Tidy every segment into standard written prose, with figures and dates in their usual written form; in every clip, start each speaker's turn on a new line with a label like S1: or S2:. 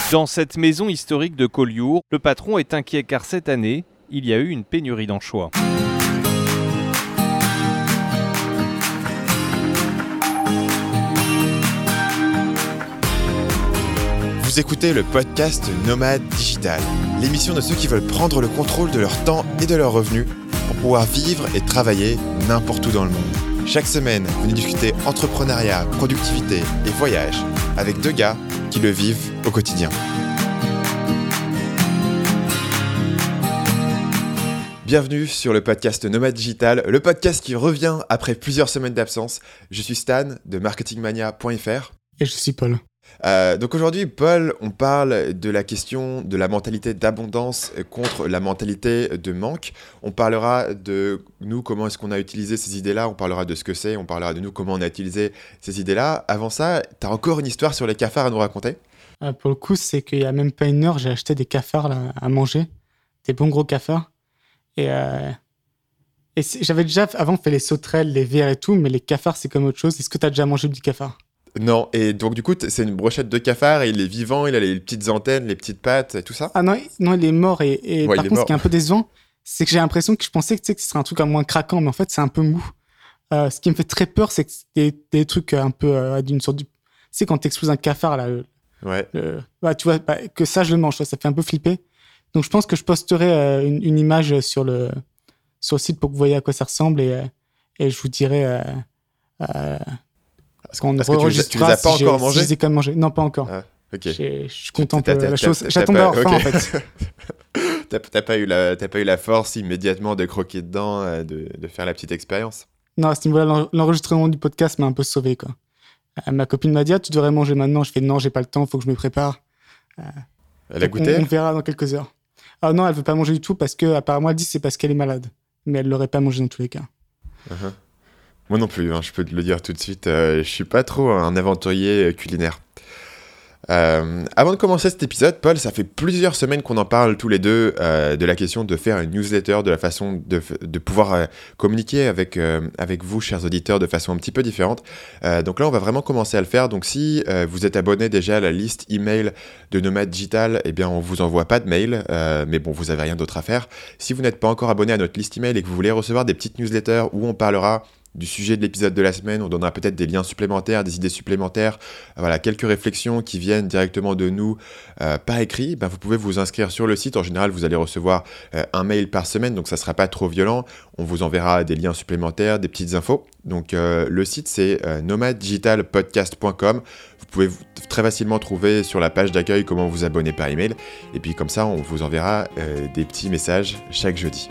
S1: Dans cette maison historique de Collioure, le patron est inquiet car cette année, il y a eu une pénurie d'anchois.
S2: Vous écoutez le podcast Nomade Digital, l'émission de ceux qui veulent prendre le contrôle de leur temps et de leurs revenus pour pouvoir vivre et travailler n'importe où dans le monde. Chaque semaine, venez discuter entrepreneuriat, productivité et voyage avec deux gars qui le vivent au quotidien. Bienvenue sur le podcast Nomade Digital, le podcast qui revient après plusieurs semaines d'absence. Je suis Stan de marketingmania.fr.
S3: Et je suis Paul.
S2: Donc aujourd'hui, Paul, on parle de la question de la mentalité d'abondance contre la mentalité de manque. On parlera de nous, comment est-ce qu'on a utilisé ces idées-là, on parlera de ce que c'est, on parlera de nous, comment on a utilisé ces idées-là. Avant ça, tu as encore une histoire sur les cafards à nous raconter ?
S3: Pour le coup, c'est qu'il n'y a même pas une heure, j'ai acheté des cafards là, à manger, des bons gros cafards. Et j'avais déjà avant fait les sauterelles, les vers et tout, mais les cafards, c'est comme autre chose. Est-ce que tu as déjà mangé du cafard ?
S2: Non, et donc du coup, c'est une brochette de cafard et il est vivant, il a les petites antennes, les petites pattes et tout ça ?
S3: Ah non, il est mort. Et
S2: ouais,
S3: par contre, ce qui est un peu décevant, c'est que j'ai l'impression que je pensais que ce serait un truc à moins craquant, mais en fait, c'est un peu mou. Ce qui me fait très peur, c'est que c'est des trucs un peu d'une sorte de... Tu sais, quand t'exploses un cafard, là, tu vois, que ça, je le mange, ça fait un peu flipper. Donc, je pense que je posterai une image sur le site pour que vous voyez à quoi ça ressemble et je vous dirai...
S2: Parce que tu les as pas encore mangés ?
S3: Je les ai quand même mangés. Non, pas encore.
S2: Ah, ok.
S3: Je contemple la chose. J'attends d'avoir faim, en fait.
S2: T'as pas eu la force immédiatement de croquer dedans, de faire la petite expérience ?
S3: Non, à ce niveau-là, l'enregistrement du podcast m'a un peu sauvé, quoi. Ma copine m'a dit, tu devrais manger maintenant. Je fais, non, j'ai pas le temps, faut que je me prépare.
S2: Elle a goûté ?
S3: On verra dans quelques heures. Ah non, elle veut pas manger du tout parce que, apparemment, elle dit que c'est parce qu'elle est malade. Mais elle l'aurait pas mangé dans tous les cas.
S2: Uh-huh. Moi non plus, je peux te le dire tout de suite, je suis pas trop un aventurier culinaire. Avant de commencer cet épisode, Paul, ça fait plusieurs semaines qu'on en parle tous les deux de la question de faire une newsletter, de la façon de pouvoir communiquer avec vous, chers auditeurs, de façon un petit peu différente. Donc là, on va vraiment commencer à le faire. Donc si vous êtes abonné déjà à la liste email de Nomade Digital, eh bien on vous envoie pas de mail, mais bon, vous avez rien d'autre à faire. Si vous n'êtes pas encore abonné à notre liste email et que vous voulez recevoir des petites newsletters où on parlera du sujet de l'épisode de la semaine, on donnera peut-être des liens supplémentaires, des idées supplémentaires, voilà, quelques réflexions qui viennent directement de nous par écrit, vous pouvez vous inscrire sur le site. En général, vous allez recevoir un mail par semaine, donc ça ne sera pas trop violent. On vous enverra des liens supplémentaires, des petites infos. Donc le site, c'est nomadedigitalpodcast.com. Vous pouvez très facilement trouver sur la page d'accueil comment vous abonner par email. Et puis comme ça, on vous enverra des petits messages chaque jeudi.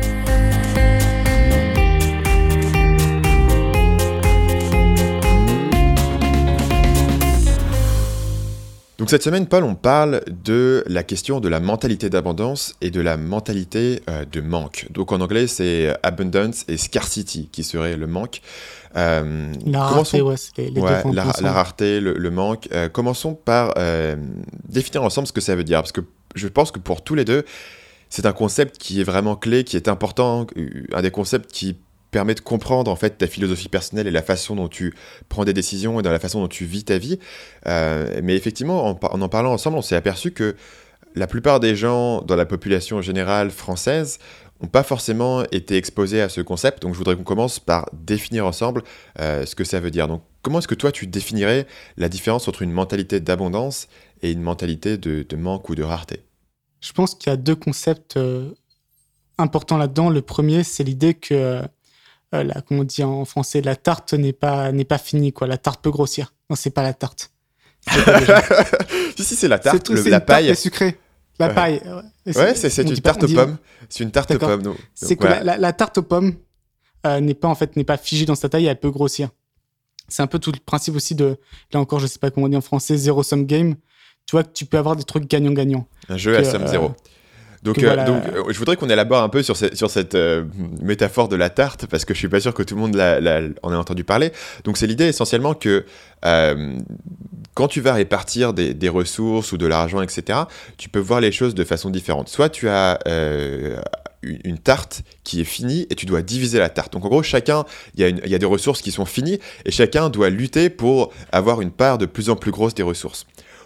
S2: Donc cette semaine, Paul, on parle de la question de la mentalité d'abondance et de la mentalité de manque. Donc en anglais, c'est abundance et scarcity qui serait le manque.
S3: La rareté, c'est les deux points.
S2: La rareté, le manque. Commençons par définir ensemble ce que ça veut dire. Parce que je pense que pour tous les deux, c'est un concept qui est vraiment clé, qui est important, un des concepts qui permet de comprendre en fait ta philosophie personnelle et la façon dont tu prends des décisions et dans la façon dont tu vis ta vie. Mais effectivement, en parlant ensemble, on s'est aperçu que la plupart des gens dans la population générale française n'ont pas forcément été exposés à ce concept. Donc je voudrais qu'on commence par définir ensemble ce que ça veut dire. Donc comment est-ce que toi tu définirais la différence entre une mentalité d'abondance et une mentalité de manque ou de rareté ?
S3: Je pense qu'il y a deux concepts importants là-dedans. Le premier, c'est l'idée que comme on dit en français, la tarte n'est pas finie, quoi. La tarte peut grossir. Non, c'est pas la tarte.
S2: Si, c'est la tarte,
S3: la paille. C'est sucrée. La paille.
S2: Ouais, c'est une tarte aux pommes. C'est une tarte aux pommes. Donc,
S3: c'est que la tarte aux pommes n'est pas figée dans sa taille, elle peut grossir. C'est un peu tout le principe aussi de, là encore, je sais pas comment on dit en français, zero sum game. Tu vois que tu peux avoir des trucs gagnant-gagnant.
S2: Un jeu à somme zéro. Donc, je voudrais qu'on élabore un peu sur cette métaphore de la tarte, parce que je suis pas sûr que tout le monde en ait entendu parler. Donc, c'est l'idée essentiellement que quand tu vas répartir des ressources ou de l'argent, etc., tu peux voir les choses de façon différente. Soit tu as une tarte qui est finie et tu dois diviser la tarte. Donc, en gros, il y a des ressources qui sont finies et chacun doit lutter pour avoir une part de plus en plus grosse des ressources.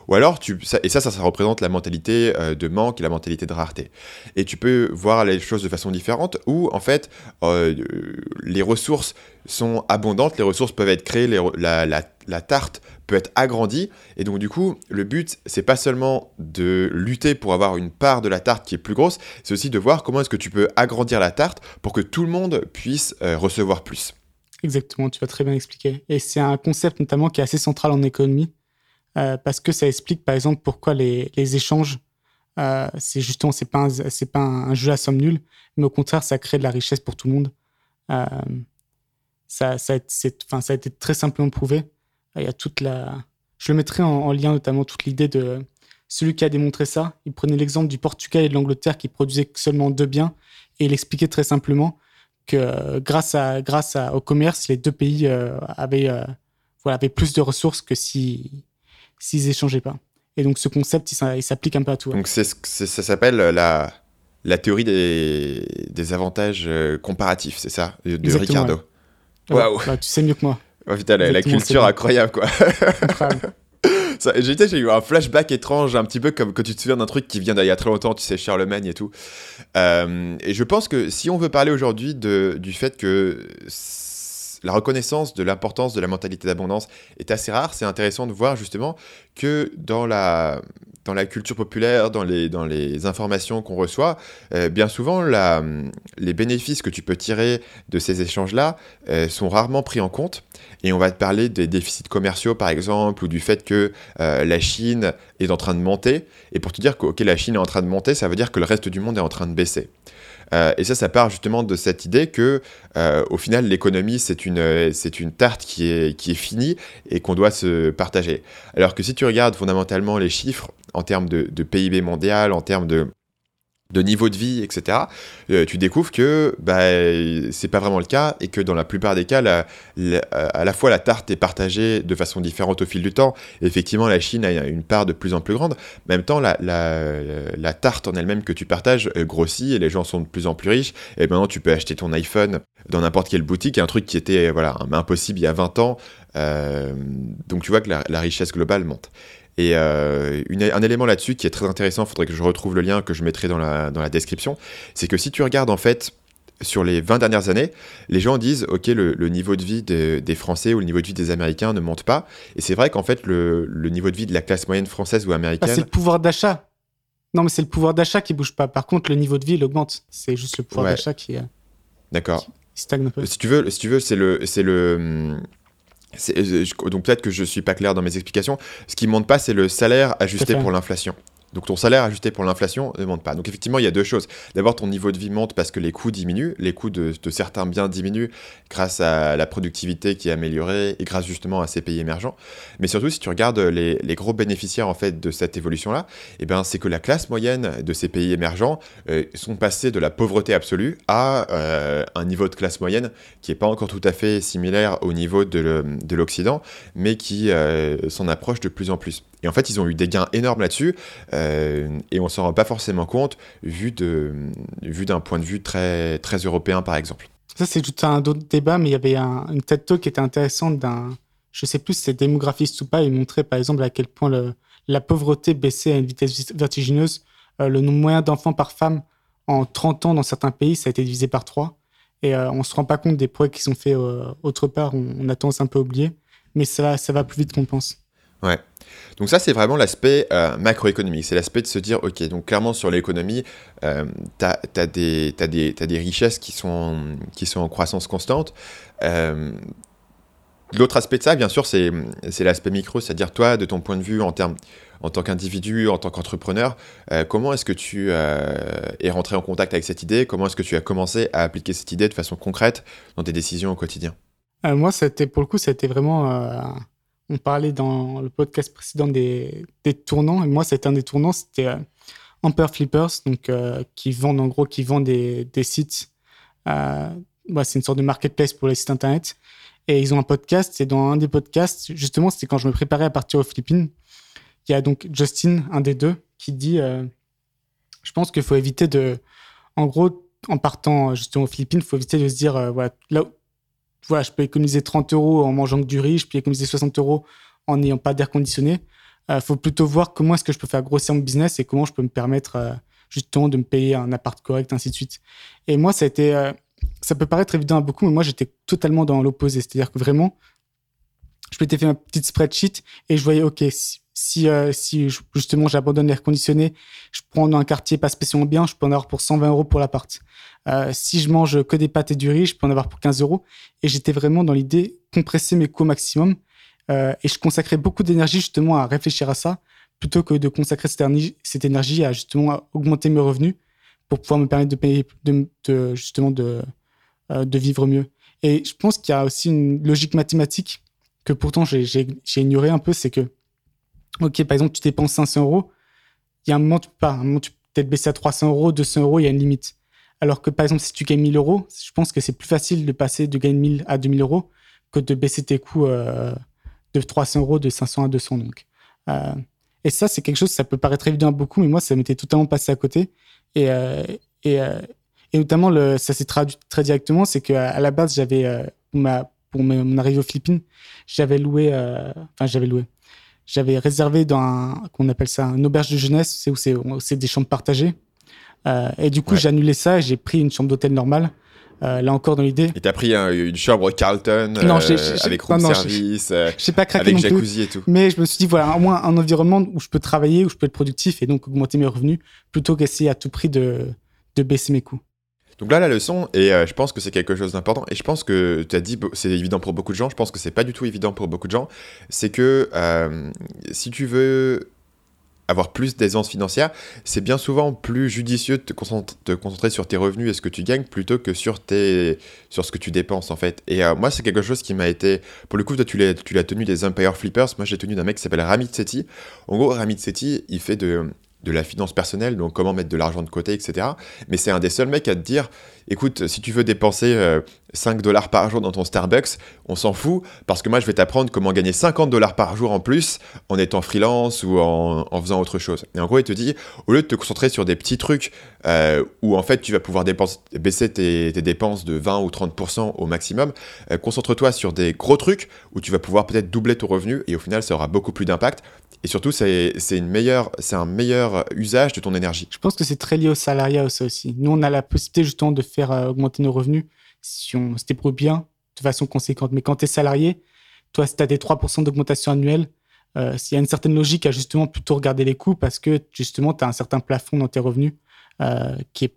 S2: Ou alors, ça représente la mentalité de manque et la mentalité de rareté. Et tu peux voir les choses de façon différente, où en fait, les ressources sont abondantes, les ressources peuvent être créées, la tarte peut être agrandie, et donc du coup, le but, c'est pas seulement de lutter pour avoir une part de la tarte qui est plus grosse, c'est aussi de voir comment est-ce que tu peux agrandir la tarte pour que tout le monde puisse recevoir plus.
S3: Exactement, tu vas très bien expliquer. Et c'est un concept notamment qui est assez central en économie, parce que ça explique par exemple pourquoi les échanges, c'est pas un jeu à somme nulle, mais au contraire, ça crée de la richesse pour tout le monde. Ça a été très simplement prouvé. Il y a je le mettrai en lien notamment toute l'idée de celui qui a démontré ça. Il prenait l'exemple du Portugal et de l'Angleterre qui produisaient seulement 2 biens, et il expliquait très simplement que grâce au commerce, les 2 pays avaient plus de ressources que s'ils échangeaient pas. Et donc ce concept, il s'applique un peu à tout.
S2: Donc ça s'appelle la théorie des avantages comparatifs, c'est ça, de Ricardo.
S3: Ouais. Waouh. Bah, tu sais mieux que moi.
S2: Oh, putain, la culture incroyable, quoi.
S3: Incroyable.
S2: J'ai eu un flashback étrange, un petit peu comme quand tu te souviens d'un truc qui vient d'il y a très longtemps, tu sais, Charlemagne et tout. Et je pense que si on veut parler aujourd'hui du fait que la reconnaissance de l'importance de la mentalité d'abondance est assez rare, c'est intéressant de voir justement que dans la culture populaire, dans les informations qu'on reçoit, bien souvent, les bénéfices que tu peux tirer de ces échanges-là sont rarement pris en compte. Et on va te parler des déficits commerciaux, par exemple, ou du fait que la Chine est en train de monter. Et pour te dire que la Chine est en train de monter, ça veut dire que le reste du monde est en train de baisser. Et ça part justement de cette idée que, au final, l'économie, c'est une tarte qui est finie et qu'on doit se partager. Alors que si tu regardes fondamentalement les chiffres en termes de PIB mondial, en termes de niveau de vie, etc., tu découvres que c'est pas vraiment le cas, et que dans la plupart des cas, à la fois la tarte est partagée de façon différente au fil du temps. Et effectivement, la Chine a une part de plus en plus grande. En même temps, la tarte en elle-même que tu partages grossit, et les gens sont de plus en plus riches. Et maintenant, tu peux acheter ton iPhone dans n'importe quelle boutique, un truc qui était impossible il y a 20 ans. Donc tu vois que la richesse globale monte. Et un élément là-dessus qui est très intéressant, il faudrait que je retrouve le lien que je mettrai dans la description, c'est que si tu regardes en fait sur les 20 dernières années, les gens disent ok, le niveau de vie des Français ou le niveau de vie des Américains ne monte pas, et c'est vrai qu'en fait le niveau de vie de la classe moyenne française ou américaine...
S3: c'est le pouvoir d'achat. Non, mais c'est le pouvoir d'achat qui bouge pas. Par contre, le niveau de vie, il augmente. C'est juste le pouvoir d'achat qui stagne un peu.
S2: Si tu veux, donc peut-être que je suis pas clair dans mes explications. Ce qui monte pas, c'est le salaire ajusté pour l'inflation. Donc ton salaire ajusté pour l'inflation ne monte pas. Donc effectivement, il y a 2 choses. D'abord, ton niveau de vie monte parce que les coûts diminuent. Les coûts de certains biens diminuent grâce à la productivité qui est améliorée et grâce justement à ces pays émergents. Mais surtout, si tu regardes les gros bénéficiaires en fait de cette évolution-là, c'est que la classe moyenne de ces pays émergents sont passés de la pauvreté absolue à un niveau de classe moyenne qui n'est pas encore tout à fait similaire au niveau de l'Occident, mais qui s'en approche de plus en plus. Et en fait, ils ont eu des gains énormes là-dessus, et on s'en rend pas forcément compte, vu d'un point de vue très, très européen, par exemple.
S3: Ça, c'est tout un autre débat, mais il y avait une TED Talk qui était intéressante je sais plus si c'est démographiste ou pas, il montrait par exemple à quel point la pauvreté baissait à une vitesse vertigineuse. Le nombre moyen d'enfants par femme en 30 ans dans certains pays, ça a été divisé par 3. Et on se rend pas compte des progrès qui sont faits autre part, on a tendance un peu à oublier, mais ça va plus vite qu'on pense.
S2: Ouais. Donc ça, c'est vraiment l'aspect macroéconomique. C'est l'aspect de se dire, ok, donc clairement sur l'économie, t'as des richesses qui sont en croissance constante. L'autre aspect de ça, bien sûr, c'est l'aspect micro, c'est-à-dire toi, de ton point de vue en tant qu'individu, en tant qu'entrepreneur, comment est-ce que tu es rentré en contact avec cette idée? Comment est-ce que tu as commencé à appliquer cette idée de façon concrète dans tes décisions au quotidien?
S3: Moi, pour le coup, ça a été vraiment... On parlait dans le podcast précédent des tournants, et moi, c'était un des tournants, c'était Amper Flippers, donc, qui vendent des sites. C'est une sorte de marketplace pour les sites internet. Et ils ont un podcast, et dans un des podcasts, justement, c'était quand je me préparais à partir aux Philippines, il y a donc Justin, un des deux, qui dit je pense qu'il faut éviter en gros, en partant justement aux Philippines, il faut éviter de se dire je peux économiser 30 € en mangeant que du riz, je peux économiser 60 € en n'ayant pas d'air conditionné. faut plutôt voir comment est-ce que je peux faire grossir mon business et comment je peux me permettre justement de me payer un appart correct, ainsi de suite. Et moi, ça peut paraître évident à beaucoup, mais moi, j'étais totalement dans l'opposé. C'est-à-dire que vraiment, je m'étais fait ma petite spreadsheet et je voyais, OK, si justement j'abandonne l'air conditionné, je prends dans un quartier pas spécialement bien, je peux en avoir pour 120 € pour l'appart. Si je mange que des pâtes et du riz, je peux en avoir pour 15 €. Et j'étais vraiment dans l'idée compresser mes coûts au maximum. Et je consacrais beaucoup d'énergie justement à réfléchir à ça, plutôt que de consacrer cette énergie à justement augmenter mes revenus pour pouvoir me permettre de payer, de vivre mieux. Et je pense qu'il y a aussi une logique mathématique que pourtant j'ai ignorée un peu, c'est que, OK, par exemple, tu dépenses 500 €, il y a un moment, tu peux pas. Un moment, tu peux peut-être baisser à 300 €, 200 €, il y a une limite. Alors que, par exemple, si tu gagnes 1 000 €, je pense que c'est plus facile de passer de gagner 1 000 à 2 000 € que de baisser tes coûts de 300 €, de 500 à 200. Donc. Et ça, c'est quelque chose, ça peut paraître évident à beaucoup, mais moi, ça m'était totalement passé à côté. Et notamment, ça s'est traduit très directement, c'est qu'à la base, j'avais, pour mon arrivée aux Philippines, j'avais réservé dans qu'on appelle ça une auberge de jeunesse, c'est des chambres partagées. Et du coup, j'ai annulé ça et j'ai pris une chambre d'hôtel normale. Là encore dans l'idée.
S2: Et t'as pris une chambre Carlton avec room service,
S3: j'ai pas craqué
S2: avec
S3: non
S2: jacuzzi
S3: plus,
S2: et tout.
S3: Mais je me suis dit, voilà, au moins un environnement où je peux travailler, où je peux être productif et donc augmenter mes revenus, plutôt qu'essayer à tout prix de baisser mes coûts.
S2: Donc là, la leçon, et je pense que c'est quelque chose d'important, et je pense que tu as dit, c'est évident pour beaucoup de gens, je pense que c'est pas du tout évident pour beaucoup de gens, c'est que si tu veux avoir plus d'aisance financière, c'est bien souvent plus judicieux de te concentrer sur tes revenus et ce que tu gagnes plutôt que sur ce que tu dépenses en fait. Et moi, c'est quelque chose qui m'a été... Pour le coup, toi, tu l'as tenu des Empire Flippers, moi j'ai tenu d'un mec qui s'appelle Ramit Sethi. En gros, Ramit Sethi, il fait de la finance personnelle, donc comment mettre de l'argent de côté, etc. Mais c'est un des seuls mecs à te dire, écoute, si tu veux dépenser 5 $ par jour dans ton Starbucks, on s'en fout, parce que moi, je vais t'apprendre comment gagner 50 $ par jour en plus en étant freelance ou en faisant autre chose. Et en gros, il te dit, au lieu de te concentrer sur des petits trucs où en fait, tu vas pouvoir baisser tes dépenses de 20 ou 30% au maximum, concentre-toi sur des gros trucs où tu vas pouvoir peut-être doubler ton revenu et au final, ça aura beaucoup plus d'impact. Et surtout, c'est un meilleur usage de ton énergie.
S3: Je pense que c'est très lié au salariat aussi. Nous, on a la possibilité justement de faire augmenter nos revenus si on se débrouille bien, de façon conséquente. Mais quand tu es salarié, toi, si tu as des 3% d'augmentation annuelle, il y a une certaine logique à justement plutôt regarder les coûts parce que justement, tu as un certain plafond dans tes revenus qui est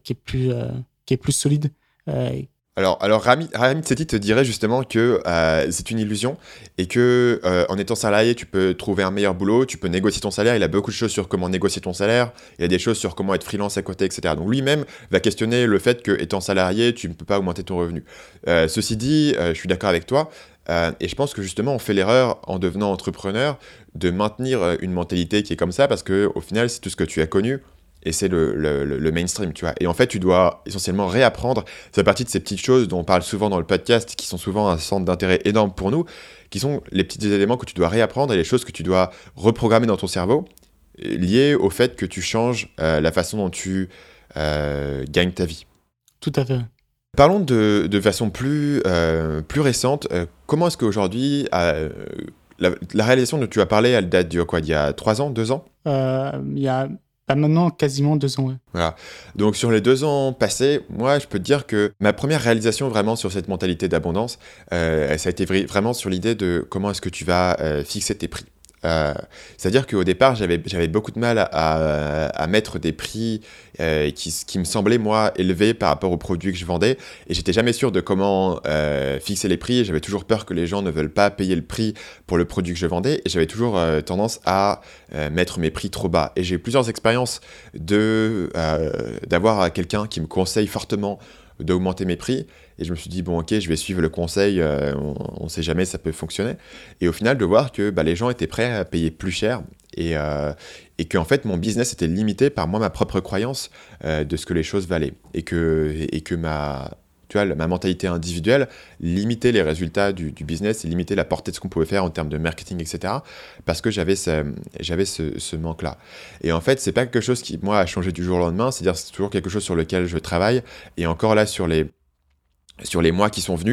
S3: plus solide.
S2: Alors Ramit Sethi te dirait justement que c'est une illusion et que en étant salarié, tu peux trouver un meilleur boulot, tu peux négocier ton salaire. Il a beaucoup de choses sur comment négocier ton salaire. Il y a des choses sur comment être freelance à côté, etc. Donc lui-même va questionner le fait que étant salarié, tu ne peux pas augmenter ton revenu. Ceci dit, je suis d'accord avec toi. Et je pense que justement, on fait l'erreur en devenant entrepreneur de maintenir une mentalité qui est comme ça parce qu'au final, c'est tout ce que tu as connu. Et c'est le mainstream, tu vois. Et en fait, tu dois essentiellement réapprendre. Ça fait partie de ces petites choses dont on parle souvent dans le podcast, qui sont souvent un centre d'intérêt énorme pour nous, qui sont les petits éléments que tu dois réapprendre et les choses que tu dois reprogrammer dans ton cerveau, liées au fait que tu changes la façon dont tu gagnes ta vie.
S3: Tout à fait.
S2: Parlons de façon plus récente. Comment est-ce qu'aujourd'hui, la réalisation dont tu as parlé, elle date d'il y a 3 ans, 2 ans
S3: Il y a... maintenant, quasiment 2 ans, ouais.
S2: Voilà. Donc, sur les 2 ans passés, moi, je peux te dire que ma première réalisation vraiment sur cette mentalité d'abondance, ça a été vraiment sur l'idée de comment est-ce que tu vas fixer tes prix. C'est-à-dire qu'au départ, j'avais beaucoup de mal à mettre des prix qui me semblaient, moi, élevés par rapport aux produits que je vendais. Et j'étais jamais sûr de comment fixer les prix. J'avais toujours peur que les gens ne veulent pas payer le prix pour le produit que je vendais. Et j'avais toujours tendance à mettre mes prix trop bas. Et j'ai eu plusieurs expériences d'avoir quelqu'un qui me conseille fortement d'augmenter mes prix. Et je me suis dit, bon, ok, je vais suivre le conseil, on ne sait jamais, ça peut fonctionner. Et au final, de voir que les gens étaient prêts à payer plus cher et qu'en fait, mon business était limité par moi, ma propre croyance de ce que les choses valaient. Et que ma mentalité individuelle limitait les résultats du business et limitait la portée de ce qu'on pouvait faire en termes de marketing, etc. Parce que j'avais ce manque-là. Et en fait, c'est pas quelque chose qui, moi, a changé du jour au lendemain. C'est-à-dire c'est toujours quelque chose sur lequel je travaille. Et encore là, sur les mois qui sont venus,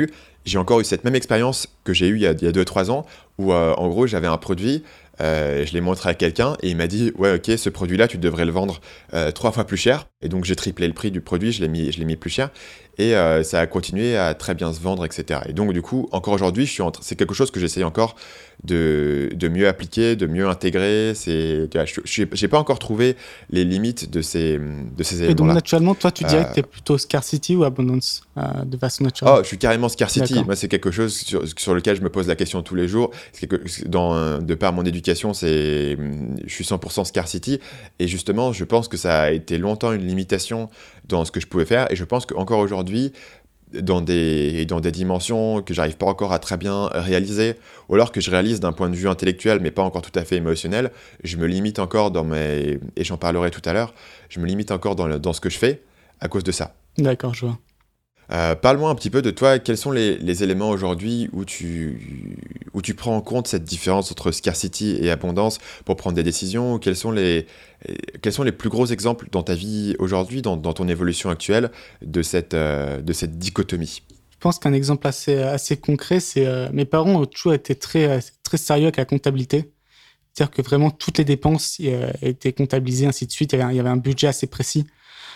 S2: j'ai encore eu cette même expérience que j'ai eue il y a 2-3 ans, où en gros j'avais un produit, je l'ai montré à quelqu'un et il m'a dit ouais ok, ce produit-là tu devrais le vendre 3 fois plus cher, et donc j'ai triplé le prix du produit, je l'ai mis plus cher, et ça a continué à très bien se vendre, etc. Et donc du coup encore aujourd'hui c'est quelque chose que j'essaye encore de mieux appliquer, de mieux intégrer. J'ai pas encore trouvé les limites de ces éléments-là.
S3: Et donc naturellement, toi, tu dirais que tu es plutôt scarcity ou abondance de façon naturelle?
S2: Je suis carrément scarcity.
S3: D'accord.
S2: Moi, c'est quelque chose sur lequel je me pose la question tous les jours. De par mon éducation, je suis 100% scarcity. Et justement, je pense que ça a été longtemps une limitation dans ce que je pouvais faire. Et je pense qu'encore aujourd'hui, dans des dimensions que j'arrive pas encore à très bien réaliser, ou alors que je réalise d'un point de vue intellectuel mais pas encore tout à fait émotionnel, je me limite encore et j'en parlerai tout à l'heure, je me limite encore dans ce que je fais à cause de ça.
S3: D'accord, je vois.
S2: Parle-moi un petit peu de toi, quels sont les éléments aujourd'hui où tu prends en compte cette différence entre scarcity et abondance pour prendre des décisions? Quels sont les plus gros exemples dans ta vie aujourd'hui, dans ton évolution actuelle, de cette dichotomie?
S3: Je pense qu'un exemple assez concret, c'est mes parents ont toujours été très, très sérieux avec la comptabilité. C'est-à-dire que vraiment toutes les dépenses étaient comptabilisées, ainsi de suite. Il y avait un budget assez précis.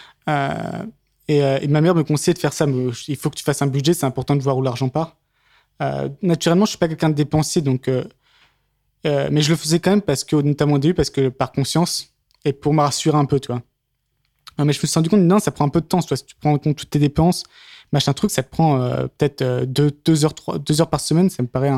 S3: Et ma mère me conseillait de faire ça. Il faut que tu fasses un budget, c'est important de voir où l'argent part. Naturellement, je ne suis pas quelqu'un de dépensier, mais je le faisais quand même, notamment au début, parce que par conscience et pour me rassurer un peu, tu vois. Mais je me suis rendu compte, non, ça prend un peu de temps. Tu vois, si tu prends en compte toutes tes dépenses, machin truc, ça te prend peut-être 2 heures par semaine. Ça me paraît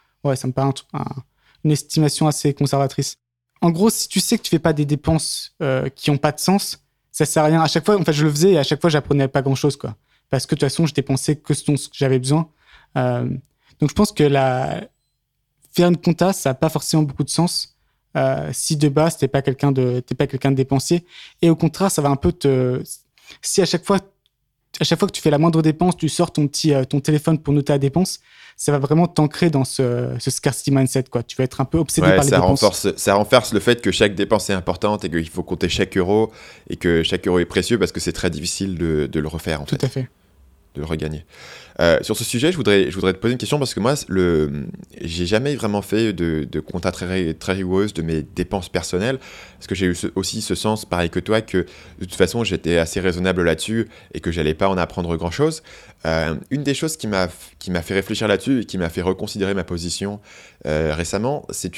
S3: une estimation assez conservatrice. En gros, si tu sais que tu fais pas des dépenses qui ont pas de sens, ça sert à rien. À chaque fois, en fait, je le faisais et à chaque fois, j'apprenais pas grand-chose, quoi. Parce que de toute façon, je dépensais que ce dont j'avais besoin. Donc, je pense que faire une compta, ça a pas forcément beaucoup de sens. Si de base, t'es pas quelqu'un de dépensier. Et au contraire, ça va un peu si à chaque fois que tu fais la moindre dépense, tu sors ton téléphone pour noter la dépense, ça va vraiment t'ancrer dans ce scarcity mindset, quoi. Tu vas être un peu obsédé par les dépenses.
S2: Ça renforce le fait que chaque dépense est importante et qu'il faut compter chaque euro et que chaque euro est précieux parce que c'est très difficile de le refaire, en fait.
S3: Tout à fait.
S2: De le regagner. Sur ce sujet, je voudrais te poser une question parce que moi, j'ai jamais vraiment fait de compta très, très rigoureuse de mes dépenses personnelles, parce que j'ai eu aussi ce sens, pareil que toi, que de toute façon, j'étais assez raisonnable là-dessus et que j'allais pas en apprendre grand-chose. Une des choses qui m'a fait réfléchir là-dessus et qui m'a fait reconsidérer ma position récemment, c'est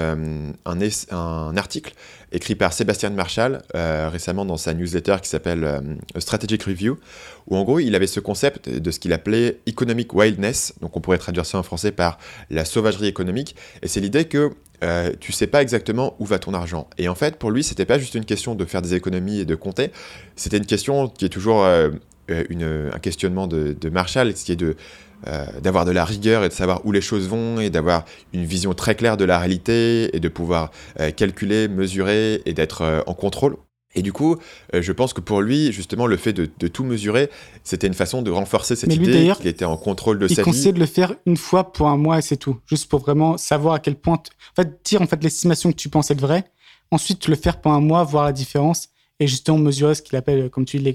S2: un article écrit par Sébastien Marshall récemment dans sa newsletter qui s'appelle A Strategic Review, où en gros, il avait ce concept de ce qu'il appelait economic wildness, donc on pourrait traduire ça en français par la sauvagerie économique, et c'est l'idée que tu sais pas exactement où va ton argent. Et en fait, pour lui, c'était pas juste une question de faire des économies et de compter, c'était une question qui est toujours un questionnement de Marshall, qui est d'avoir de la rigueur et de savoir où les choses vont et d'avoir une vision très claire de la réalité et de pouvoir calculer, mesurer et d'être en contrôle. Et du coup, je pense que pour lui, justement, le fait de tout mesurer, c'était une façon de renforcer cette idée qu'il était en contrôle de sa vie.
S3: Il conseille de le faire une fois pour un mois et c'est tout. Juste pour vraiment savoir à quel point... dire l'estimation que tu penses être vraie. Ensuite, le faire pendant un mois, voir la différence et justement mesurer ce qu'il appelle, comme tu dis,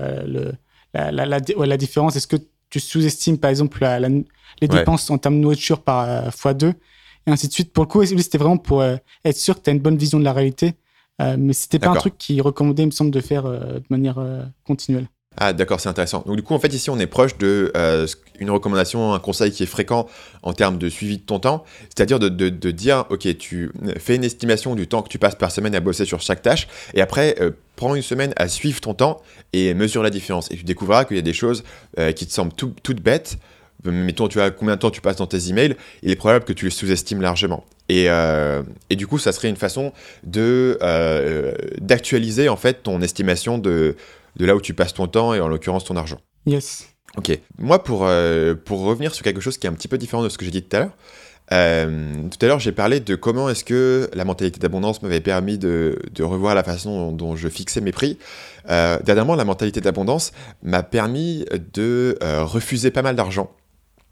S3: la différence. Est-ce que tu sous-estimes, par exemple, les dépenses en termes de nourriture par x2 et ainsi de suite. Pour le coup, c'était vraiment pour être sûr que tu as une bonne vision de la réalité. Mais c'était pas un truc qui recommandait, il me semble, de faire de manière continuelle.
S2: Ah d'accord, c'est intéressant. Donc du coup, en fait, ici, on est proche de une recommandation, un conseil qui est fréquent en termes de suivi de ton temps, c'est-à-dire de dire, ok, tu fais une estimation du temps que tu passes par semaine à bosser sur chaque tâche, et après, prends une semaine à suivre ton temps et mesure la différence. Et tu découvriras qu'il y a des choses qui te semblent toutes bêtes. Mettons, tu as combien de temps tu passes dans tes emails, il est probable que tu les sous-estimes largement. Et du coup, ça serait une façon d'actualiser en fait ton estimation de là où tu passes ton temps et en l'occurrence ton argent.
S3: Yes.
S2: Ok. Moi, pour revenir sur quelque chose qui est un petit peu différent de ce que j'ai dit tout à l'heure, tout à l'heure, j'ai parlé de comment est-ce que la mentalité d'abondance m'avait permis de revoir la façon dont je fixais mes prix. Dernièrement, la mentalité d'abondance m'a permis de refuser pas mal d'argent.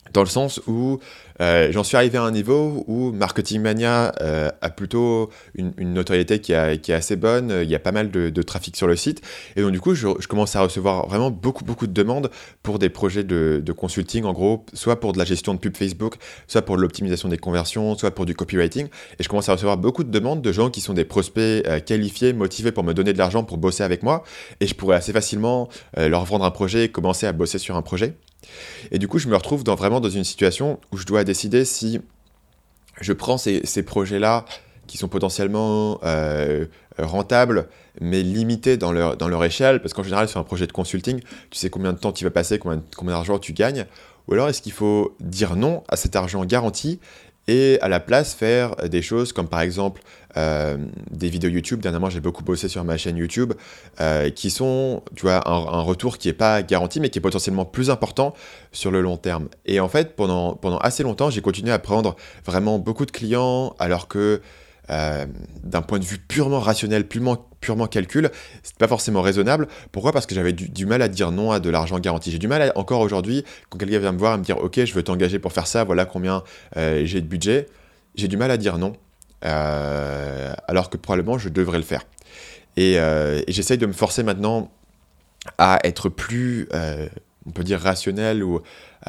S2: Dans le sens où j'en suis arrivé à un niveau où Marketing Mania a plutôt une notoriété qui est assez bonne, il y a pas mal de trafic sur le site, et donc du coup je commence à recevoir vraiment beaucoup de demandes pour des projets de consulting, en gros, soit pour de la gestion de pub Facebook, soit pour de l'optimisation des conversions, soit pour du copywriting, et je commence à recevoir beaucoup de demandes de gens qui sont des prospects qualifiés, motivés pour me donner de l'argent pour bosser avec moi, et je pourrais assez facilement leur vendre un projet et commencer à bosser sur un projet. Et du coup, je me retrouve vraiment dans une situation où je dois décider si je prends ces projets-là qui sont potentiellement rentables, mais limités dans leur échelle, parce qu'en général, sur un projet de consulting, tu sais combien de temps tu vas passer, combien d'argent tu gagnes, ou alors est-ce qu'il faut dire non à cet argent garanti et à la place faire des choses comme par exemple des vidéos YouTube. Dernièrement, j'ai beaucoup bossé sur ma chaîne YouTube qui sont, tu vois, un retour qui n'est pas garanti mais qui est potentiellement plus important sur le long terme. Et en fait, pendant assez longtemps, j'ai continué à prendre vraiment beaucoup de clients alors que d'un point de vue purement rationnel, purement calcul, c'est pas forcément raisonnable. Pourquoi ? Parce que j'avais du mal à dire non à de l'argent garanti. J'ai du mal encore aujourd'hui, quand quelqu'un vient me voir et me dire « Ok, je veux t'engager pour faire ça, voilà combien j'ai de budget », j'ai du mal à dire non, alors que probablement je devrais le faire. Et j'essaye de me forcer maintenant à être plus, on peut dire, rationnel ou,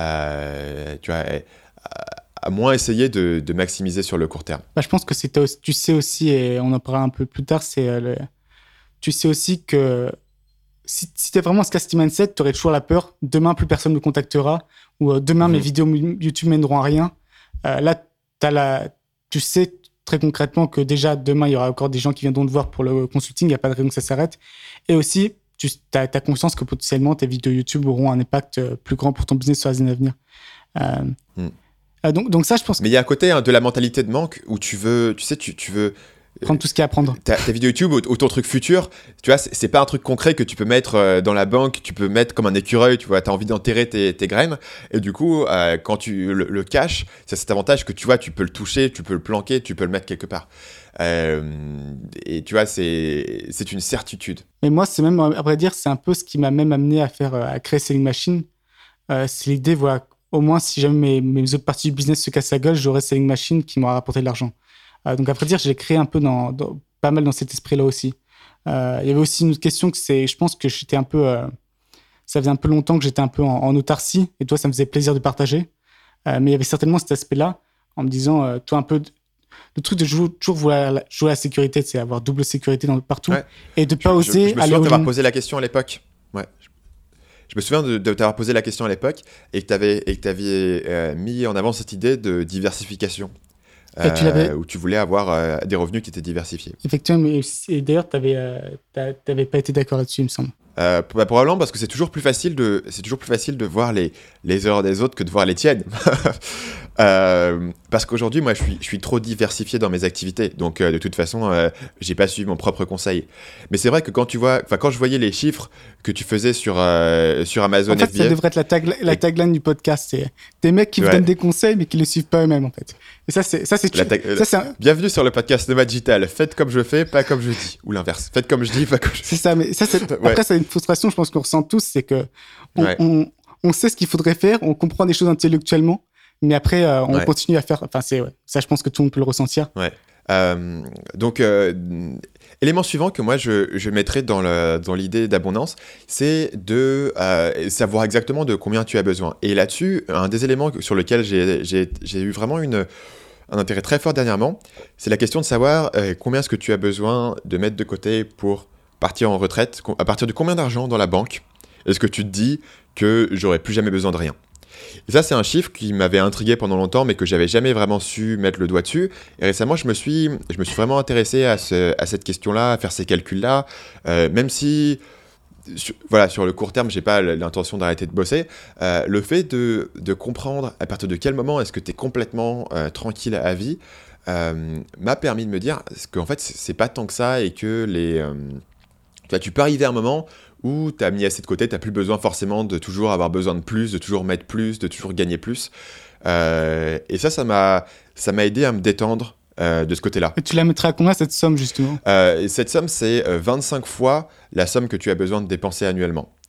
S2: tu vois, à moins essayer de maximiser sur le court terme.
S3: Je pense que tu sais aussi, et on en parlera un peu plus tard, tu sais aussi que si tu es vraiment un scarcity mindset, tu aurais toujours la peur, demain plus personne ne me contactera, ou demain mes vidéos YouTube mèneront à rien. Là, tu sais très concrètement que déjà demain, il y aura encore des gens qui viendront te voir pour le consulting, il n'y a pas de raison que ça s'arrête. Et aussi, tu as conscience que potentiellement tes vidéos YouTube auront un impact plus grand pour ton business sur les années à venir. Donc ça, je pense.
S2: Mais il y a à côté de la mentalité de manque où tu veux
S3: prendre tout ce qu'il y a à prendre.
S2: Ta vidéo YouTube ou ton truc futur, tu vois, c'est pas un truc concret que tu peux mettre dans la banque, tu peux mettre comme un écureuil, tu vois, t'as envie d'enterrer tes graines, et du coup, quand tu le caches, c'est cet avantage que tu vois, tu peux le toucher, tu peux le planquer, tu peux le mettre quelque part. Et tu vois, c'est une certitude.
S3: Mais moi, c'est même, à vrai dire, c'est un peu ce qui m'a même amené à créer Selling Machine. C'est l'idée, voilà, au moins, si jamais mes autres parties du business se cassent la gueule, j'aurai Selling Machine qui m'aura rapporté de l'argent. Donc, à vrai dire, j'ai créé un peu pas mal dans cet esprit-là aussi. Il y avait aussi une autre question je pense que j'étais un peu... ça faisait un peu longtemps que j'étais un peu en autarcie, et toi, ça me faisait plaisir de partager. Mais il y avait certainement cet aspect-là, en me disant, toi, un peu... Le truc de toujours vouloir jouer à la sécurité, c'est avoir double sécurité partout, ouais. Et de ne pas oser...
S2: Je me souviens de t'avoir posé la question à l'époque. Ouais. Je me souviens de t'avoir posé la question à l'époque et que tu avais mis en avant cette idée de diversification. Où tu voulais avoir des revenus qui étaient diversifiés.
S3: Effectivement, et d'ailleurs, tu n'avais pas été d'accord là-dessus, il me semble.
S2: Probablement parce que c'est toujours plus facile de voir les erreurs des autres que de voir les tiennes. Parce qu'aujourd'hui, moi, je suis trop diversifié dans mes activités. Donc, de toute façon, j'ai pas suivi mon propre conseil. Mais c'est vrai que quand je voyais les chiffres que tu faisais sur Amazon FBA...
S3: En fait, ça devrait être la tagline du podcast. C'est des mecs qui vous donnent des conseils, mais qui ne le suivent pas eux-mêmes, en fait. Et
S2: Bienvenue sur le podcast Nomad Digital. Faites comme je fais, pas comme je dis. Ou l'inverse. Faites comme je dis, pas comme je dis.
S3: C'est ça, mais ça, après, ça a une frustration, je pense qu'on ressent tous, c'est que on sait ce qu'il faudrait faire, on comprend des choses intellectuellement, mais après, on continue à faire... Enfin, ça, je pense que tout le monde peut le ressentir.
S2: Ouais. Donc, élément suivant que moi, je mettrais dans l'idée d'abondance, c'est de savoir exactement de combien tu as besoin. Et là-dessus, un des éléments sur lequel j'ai eu vraiment un intérêt très fort dernièrement, c'est la question de savoir combien est-ce que tu as besoin de mettre de côté pour partir en retraite, à partir de combien d'argent dans la banque est-ce que tu te dis que j'aurais plus jamais besoin de rien. Et ça, c'est un chiffre qui m'avait intrigué pendant longtemps, mais que j'avais jamais vraiment su mettre le doigt dessus. Et récemment, je me suis vraiment intéressé à cette question-là, à faire ces calculs-là, même si, sur le court terme, j'ai pas l'intention d'arrêter de bosser. Le fait de comprendre à partir de quel moment est-ce que tu es complètement tranquille à vie m'a permis de me dire qu'en fait, c'est pas tant que ça et que tu peux arriver à un moment où tu as mis assez de côté, tu n'as plus besoin forcément de toujours avoir besoin de plus, de toujours mettre plus, de toujours gagner plus. Et ça m'a aidé à me détendre de ce côté-là.
S3: Et tu la mettrais à combien cette somme justement ?
S2: Cette somme, c'est 25 fois la somme que tu as besoin de dépenser annuellement.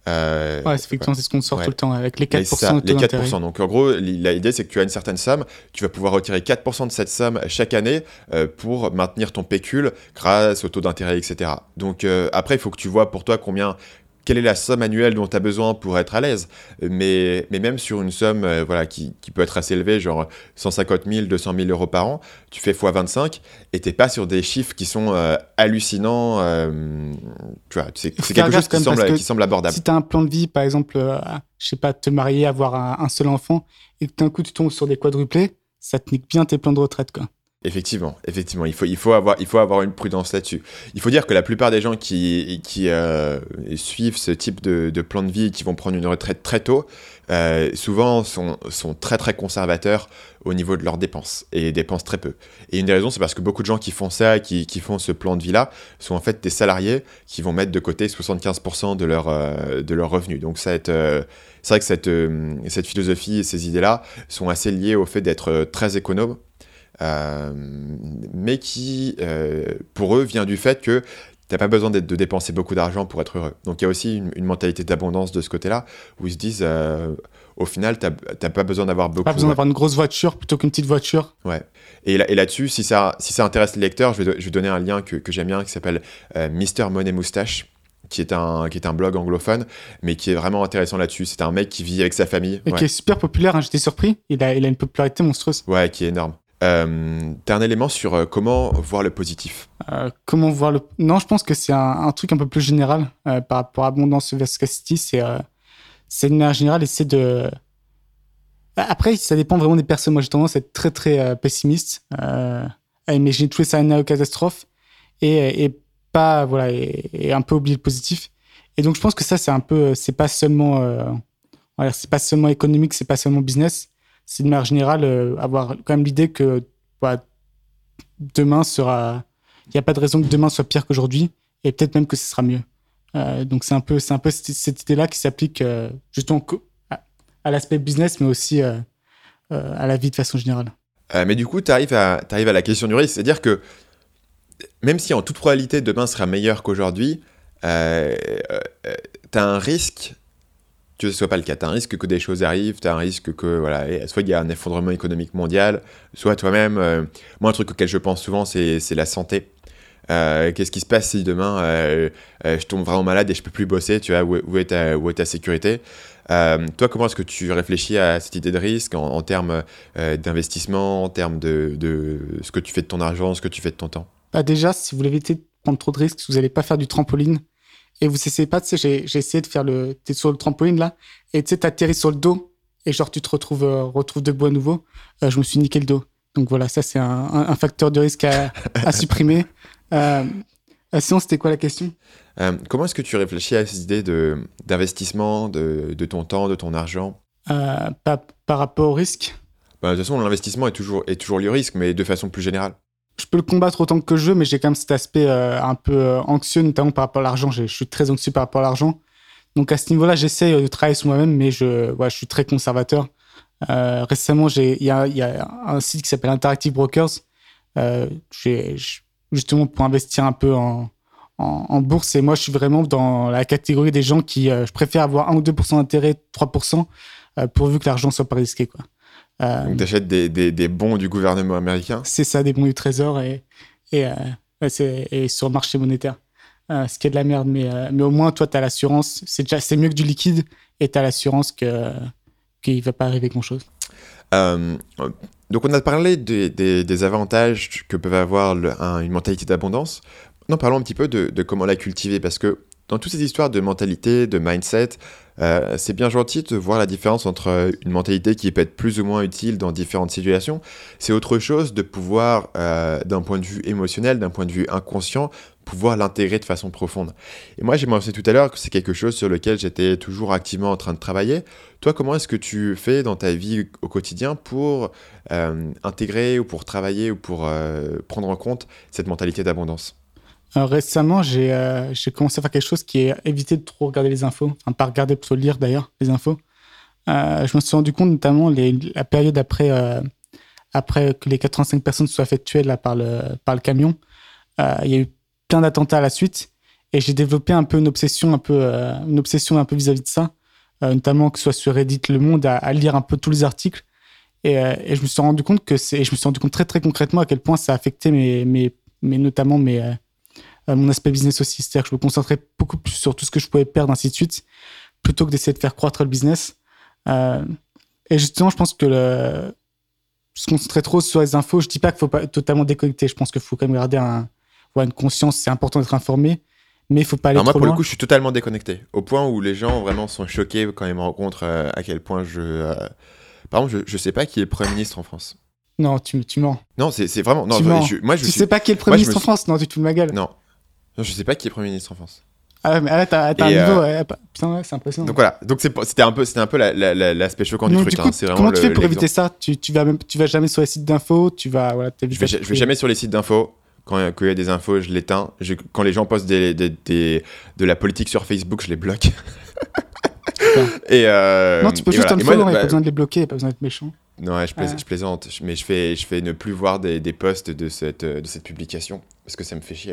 S3: effectivement, c'est ce qu'on sort tout le temps, avec les
S2: 4%
S3: de taux d'intérêt.
S2: Donc, en gros, l'idée, c'est que tu as une certaine somme, tu vas pouvoir retirer 4% de cette somme chaque année pour maintenir ton pécule grâce au taux d'intérêt, etc. Donc, après, il faut que tu vois pour toi quelle est la somme annuelle dont tu as besoin pour être à l'aise. Mais même sur une somme qui peut être assez élevée, genre 150 000, 200 000 euros par an, tu fais x25 et tu n'es pas sur des chiffres qui sont hallucinants. Tu vois, c'est quelque chose qui semble abordable.
S3: Si tu as un plan de vie, par exemple, je sais pas, te marier, avoir un seul enfant, et que d'un coup tu tombes sur des quadruplés, ça te nique bien tes plans de retraite, quoi.
S2: Effectivement, il faut avoir une prudence là-dessus. Il faut dire que la plupart des gens qui suivent ce type de plan de vie et qui vont prendre une retraite très tôt, souvent sont très très conservateurs au niveau de leurs dépenses et dépensent très peu. Et une des raisons, c'est parce que beaucoup de gens qui font ça, qui font ce plan de vie-là, sont en fait des salariés qui vont mettre de côté 75% de leur revenu. Donc c'est vrai que cette philosophie et ces idées-là sont assez liées au fait d'être très économe. Mais qui, pour eux, vient du fait que tu n'as pas besoin de dépenser beaucoup d'argent pour être heureux. Donc il y a aussi une mentalité d'abondance de ce côté-là, où ils se disent, au final, tu n'as pas besoin d'avoir beaucoup...
S3: Pas besoin d'avoir une grosse voiture plutôt qu'une petite voiture.
S2: Ouais. Et là-dessus, si ça intéresse les lecteurs, je vais donner un lien que j'aime bien, qui s'appelle Mr. Money Moustache, qui est un blog anglophone, mais qui est vraiment intéressant là-dessus. C'est un mec qui vit avec sa famille.
S3: Et qui est super populaire, hein, j'étais surpris. Il a une popularité monstrueuse.
S2: Ouais, qui est énorme. T'as un élément sur comment voir le positif.
S3: Comment voir le... Non, je pense que c'est un truc un peu plus général par rapport à abondance versus scarcity. C'est une manière générale et c'est de... Après, ça dépend vraiment des personnes. Moi, j'ai tendance à être très, très pessimiste, à imaginer tous les scénarios catastrophes et pas, voilà, et un peu oublier le positif. Et donc, je pense que ça, c'est un peu... C'est pas seulement économique, c'est pas seulement business. C'est de manière générale avoir quand même l'idée que demain sera... Il n'y a pas de raison que demain soit pire qu'aujourd'hui, et peut-être même que ce sera mieux. Donc c'est un peu cette idée-là qui s'applique justement à l'aspect business, mais aussi à la vie de façon générale.
S2: Mais du coup, tu arrives à la question du risque. C'est-à-dire que même si en toute probabilité demain sera meilleur qu'aujourd'hui, tu as un risque... que ce soit pas le cas. Tu as un risque que des choses arrivent, tu as un risque que, soit il y a un effondrement économique mondial, soit toi-même... moi, un truc auquel je pense souvent, c'est la santé. Qu'est-ce qui se passe si demain, je tombe vraiment malade et je peux plus bosser, tu vois, où est ta sécurité? Toi, comment est-ce que tu réfléchis à cette idée de risque en termes d'investissement, en termes de ce que tu fais de ton argent, ce que tu fais de ton temps?
S3: Déjà, si vous voulez éviter de prendre trop de risques, vous n'allez pas faire du trampoline. Et vous essayez pas, tu sais, j'ai essayé de faire t'es sur le trampoline là, et tu sais, t'atterris sur le dos, et genre tu te retrouves debout à nouveau. Je me suis niqué le dos. Donc voilà, ça c'est un facteur de risque à supprimer. Sinon, c'était quoi la question?
S2: Comment est-ce que tu réfléchis à ces idées d'investissement, de ton temps, de ton argent?
S3: Par rapport au risque?
S2: De toute façon, l'investissement est toujours lié au risque, mais de façon plus générale.
S3: Je peux le combattre autant que je veux, mais j'ai quand même cet aspect un peu anxieux, notamment par rapport à l'argent. Je suis très anxieux par rapport à l'argent. Donc à ce niveau-là, j'essaie de travailler sur moi-même, mais je suis très conservateur. Récemment, il y a un site qui s'appelle Interactive Brokers, justement pour investir un peu en bourse. Et moi, je suis vraiment dans la catégorie des gens qui je préfère avoir 1 ou 2% d'intérêt, 3%, pourvu que l'argent soit pas risqué, quoi.
S2: Donc t'achètes des bons du gouvernement américain?
S3: C'est ça, des bons du trésor et sur le marché monétaire. Ce qui est de la merde, mais au moins toi t'as l'assurance, c'est mieux que du liquide, et t'as l'assurance qu'il va pas arriver grand chose.
S2: Donc on a parlé des avantages que peuvent avoir une mentalité d'abondance. Non, parlons un petit peu de comment la cultiver, parce que dans toutes ces histoires de mentalité, de mindset, c'est bien gentil de voir la différence entre une mentalité qui peut être plus ou moins utile dans différentes situations. C'est autre chose de pouvoir, d'un point de vue émotionnel, d'un point de vue inconscient, pouvoir l'intégrer de façon profonde. Et moi, j'ai mentionné tout à l'heure que c'est quelque chose sur lequel j'étais toujours activement en train de travailler. Toi, comment est-ce que tu fais dans ta vie au quotidien pour intégrer ou pour travailler ou pour prendre en compte cette mentalité d'abondance?
S3: Récemment, j'ai commencé à faire quelque chose qui est éviter de trop regarder les infos. Enfin, pas regarder, plutôt lire d'ailleurs, les infos. Je me suis rendu compte, notamment la période après que les 85 personnes se soient fait tuer là, par le camion. Il y a eu plein d'attentats à la suite. Et j'ai développé un peu une obsession un peu vis-à-vis de ça, notamment que ce soit sur Reddit, Le Monde, à lire un peu tous les articles. Et je me suis rendu compte très très concrètement à quel point ça affectait notamment mon aspect business aussi. C'est-à-dire que je me concentrais beaucoup plus sur tout ce que je pouvais perdre, ainsi de suite, plutôt que d'essayer de faire croître le business. Et justement, je pense que se concentrer trop sur les infos, je dis pas qu'il faut pas totalement déconnecter. Je pense qu'il faut quand même garder une conscience. C'est important d'être informé, mais il faut pas aller trop loin.
S2: Moi, pour le coup, je suis totalement déconnecté. Au point où les gens vraiment sont choqués quand ils me rencontrent à quel point Par exemple, je sais pas qui est le Premier ministre en France.
S3: Non, tu mens.
S2: Non, c'est vraiment... Non,
S3: tu sais pas qui est le Premier ministre en France? Non, tu te fous de ma gueule.
S2: Non, je sais pas qui est Premier ministre en France.
S3: Ah ouais, mais là, t'as un niveau... Putain, ouais, c'est impressionnant.
S2: Donc voilà, c'était un peu l'aspect choquant du truc.
S3: Du coup,
S2: c'est vraiment
S3: comment tu fais pour éviter ça? Tu vas jamais sur les sites d'infos, je
S2: vais jamais sur les sites d'infos. Quand il y a des infos, je l'éteins. Quand les gens postent de la politique sur Facebook, je les bloque.
S3: Non, tu peux juste unfollow, il n'y a pas besoin de les bloquer, il n'y a pas besoin d'être méchant.
S2: Non, je plaisante, mais je fais ne plus voir des posts de cette publication parce que ça me fait chier.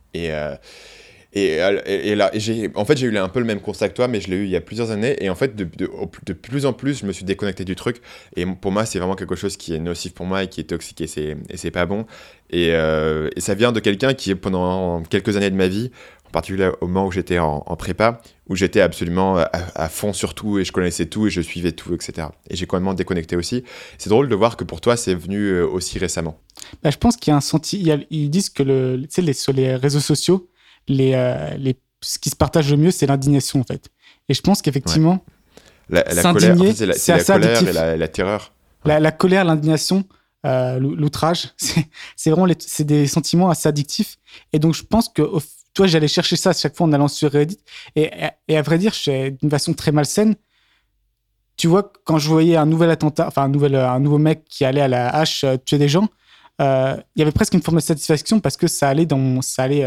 S2: Et là, j'ai eu un peu le même constat que toi, mais je l'ai eu il y a plusieurs années. Et en fait, de plus en plus, je me suis déconnecté du truc. Et pour moi, c'est vraiment quelque chose qui est nocif pour moi et qui est toxique et c'est pas bon. Et ça vient de quelqu'un qui, pendant quelques années de ma vie, en particulier au moment où j'étais en prépa, où j'étais absolument à fond sur tout et je connaissais tout et je suivais tout, etc. Et j'ai complètement déconnecté aussi. C'est drôle de voir que pour toi, c'est venu aussi récemment.
S3: Je pense qu'il y a ils disent que sur les réseaux sociaux, ce qui se partage le mieux, c'est l'indignation, en fait. Et je pense qu'effectivement,
S2: la colère, en fait, c'est la colère et la terreur.
S3: La colère, l'indignation, l'outrage, c'est vraiment c'est des sentiments assez addictifs. Et donc, je pense que toi, j'allais chercher ça à chaque fois en allant sur Reddit. Et à vrai dire, d'une façon très malsaine, tu vois, quand je voyais un nouvel attentat, enfin un nouveau mec qui allait à la hache tuer des gens, il y avait presque une forme de satisfaction parce que ça allait dans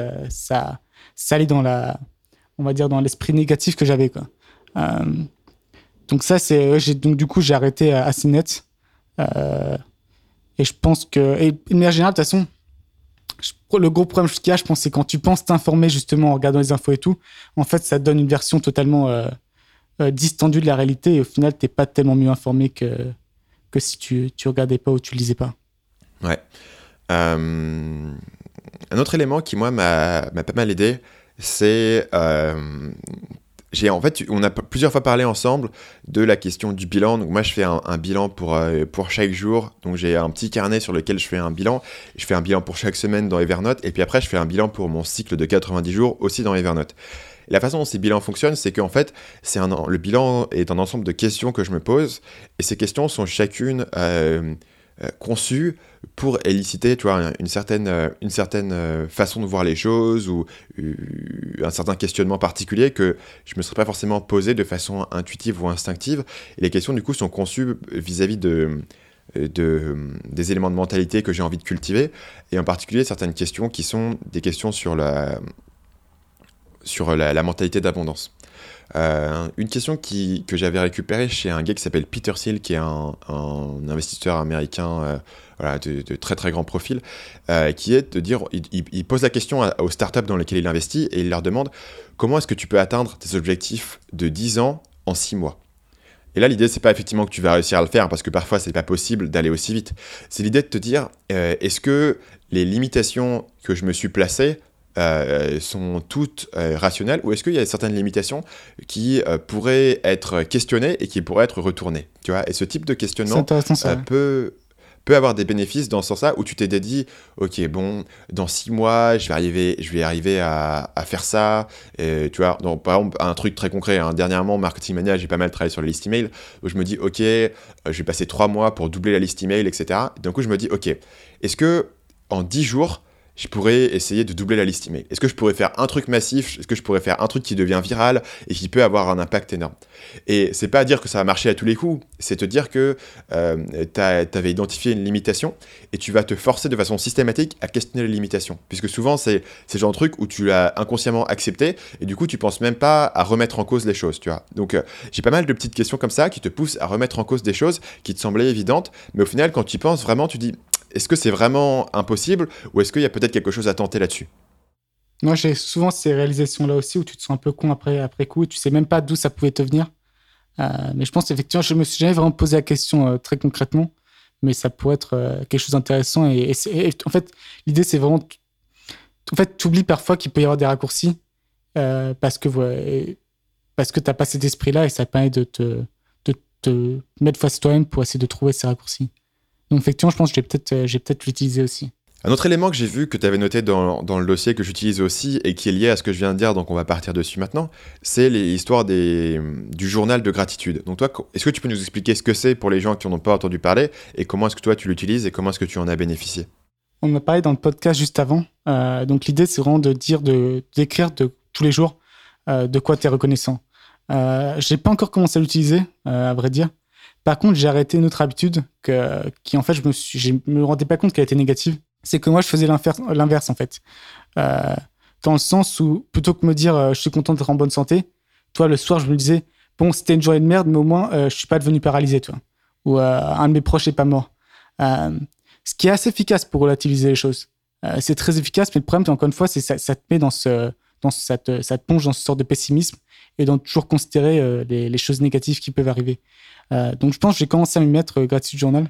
S3: on va dire, dans l'esprit négatif que j'avais, quoi. Donc ça, du coup, j'ai arrêté assez net. Et je pense que, et de manière générale, de toute façon, le gros problème qu'il y a, je pense, c'est quand tu penses t'informer justement en regardant les infos et tout, en fait, ça te donne une version totalement distendue de la réalité et au final, t'es pas tellement mieux informé que si tu regardais pas ou tu lisais pas.
S2: Ouais. Un autre élément qui, moi, m'a pas mal aidé, c'est... on a plusieurs fois parlé ensemble de la question du bilan. Donc moi, je fais un bilan pour chaque jour. Donc j'ai un petit carnet sur lequel je fais un bilan. Je fais un bilan pour chaque semaine dans Evernote. Et puis après, je fais un bilan pour mon cycle de 90 jours aussi dans Evernote. Et la façon dont ces bilans fonctionnent, c'est qu'en fait, le bilan est un ensemble de questions que je me pose. Et ces questions sont chacune conçues pour éliciter, tu vois, une certaine façon de voir les choses ou un certain questionnement particulier que je me serais pas forcément posé de façon intuitive ou instinctive. Et les questions, du coup, sont conçues vis-à-vis des éléments de mentalité que j'ai envie de cultiver, et en particulier certaines questions qui sont des questions sur la mentalité d'abondance. Une question que j'avais récupérée chez un gars qui s'appelle Peter Thiel, qui est un investisseur américain de très très grand profil, qui est de dire, il pose la question aux startups dans lesquelles il investit et il leur demande comment est-ce que tu peux atteindre tes objectifs de 10 ans en 6 mois. Et là, l'idée, c'est pas effectivement que tu vas réussir à le faire parce que parfois, c'est pas possible d'aller aussi vite. C'est l'idée de te dire, est-ce que les limitations que je me suis placées sont toutes rationnelles, ou est-ce qu'il y a certaines limitations qui pourraient être questionnées et qui pourraient être retournées, tu vois? Et ce type de questionnement peut avoir des bénéfices dans ce sens-là où tu t'es dit, ok, bon, dans 6 mois, je vais arriver à faire ça. Et, tu vois, donc, par exemple, un truc très concret, dernièrement, Marketing Mania, j'ai pas mal travaillé sur la liste email, où je me dis, ok, je vais passer 3 mois pour doubler la liste email, etc. Et d'un coup, je me dis, ok, est-ce que en 10 jours, je pourrais essayer de doubler la liste email? Est-ce que je pourrais faire un truc massif? Est-ce que je pourrais faire un truc qui devient viral et qui peut avoir un impact énorme? Et c'est pas à dire que ça va marcher à tous les coups, c'est te dire que t'avais identifié une limitation et tu vas te forcer de façon systématique à questionner les limitations. Puisque souvent, c'est ce genre de truc où tu l'as inconsciemment accepté et du coup, tu penses même pas à remettre en cause les choses, tu vois. Donc, j'ai pas mal de petites questions comme ça qui te poussent à remettre en cause des choses qui te semblaient évidentes, mais au final, quand tu y penses vraiment, tu dis... Est-ce que c'est vraiment impossible ou est-ce qu'il y a peut-être quelque chose à tenter là-dessus?
S3: Moi, j'ai souvent ces réalisations-là aussi où tu te sens un peu con après coup et tu sais même pas d'où ça pouvait te venir. Mais je pense effectivement, je me suis jamais vraiment posé la question très concrètement, mais ça pourrait être quelque chose d'intéressant. Et en fait, l'idée, c'est vraiment... En fait, tu oublies parfois qu'il peut y avoir des raccourcis parce que t'as pas cet esprit-là et ça permet de te mettre face à toi-même pour essayer de trouver ces raccourcis. Donc effectivement, je pense que j'ai peut-être l'utiliser aussi.
S2: Un autre élément que j'ai vu que tu avais noté dans le dossier que j'utilise aussi et qui est lié à ce que je viens de dire, donc on va partir dessus maintenant, c'est l'histoire du journal de gratitude. Donc toi, est-ce que tu peux nous expliquer ce que c'est pour les gens qui n'en ont pas entendu parler et comment est-ce que toi tu l'utilises et comment est-ce que tu en as bénéficié?
S3: On en a parlé dans le podcast juste avant. Donc l'idée, c'est vraiment d'écrire tous les jours de quoi tu es reconnaissant. Je n'ai pas encore commencé à l'utiliser, à vrai dire. Par contre, j'ai arrêté une autre habitude qui en fait, je me rendais pas compte qu'elle était négative. C'est que moi, je faisais l'inverse, en fait. Dans le sens où, plutôt que me dire je suis content d'être en bonne santé, toi, le soir, je me disais bon, c'était une journée de merde, mais au moins, je suis pas devenu paralysé, toi. Ou un de mes proches n'est pas mort. Ce qui est assez efficace pour relativiser les choses. C'est très efficace, mais le problème, encore une fois, c'est ça te met ça te plonge dans ce sort de pessimisme et dans toujours considérer les choses négatives qui peuvent arriver. Donc, je pense que j'ai commencé à m'y mettre Gratitude Journal.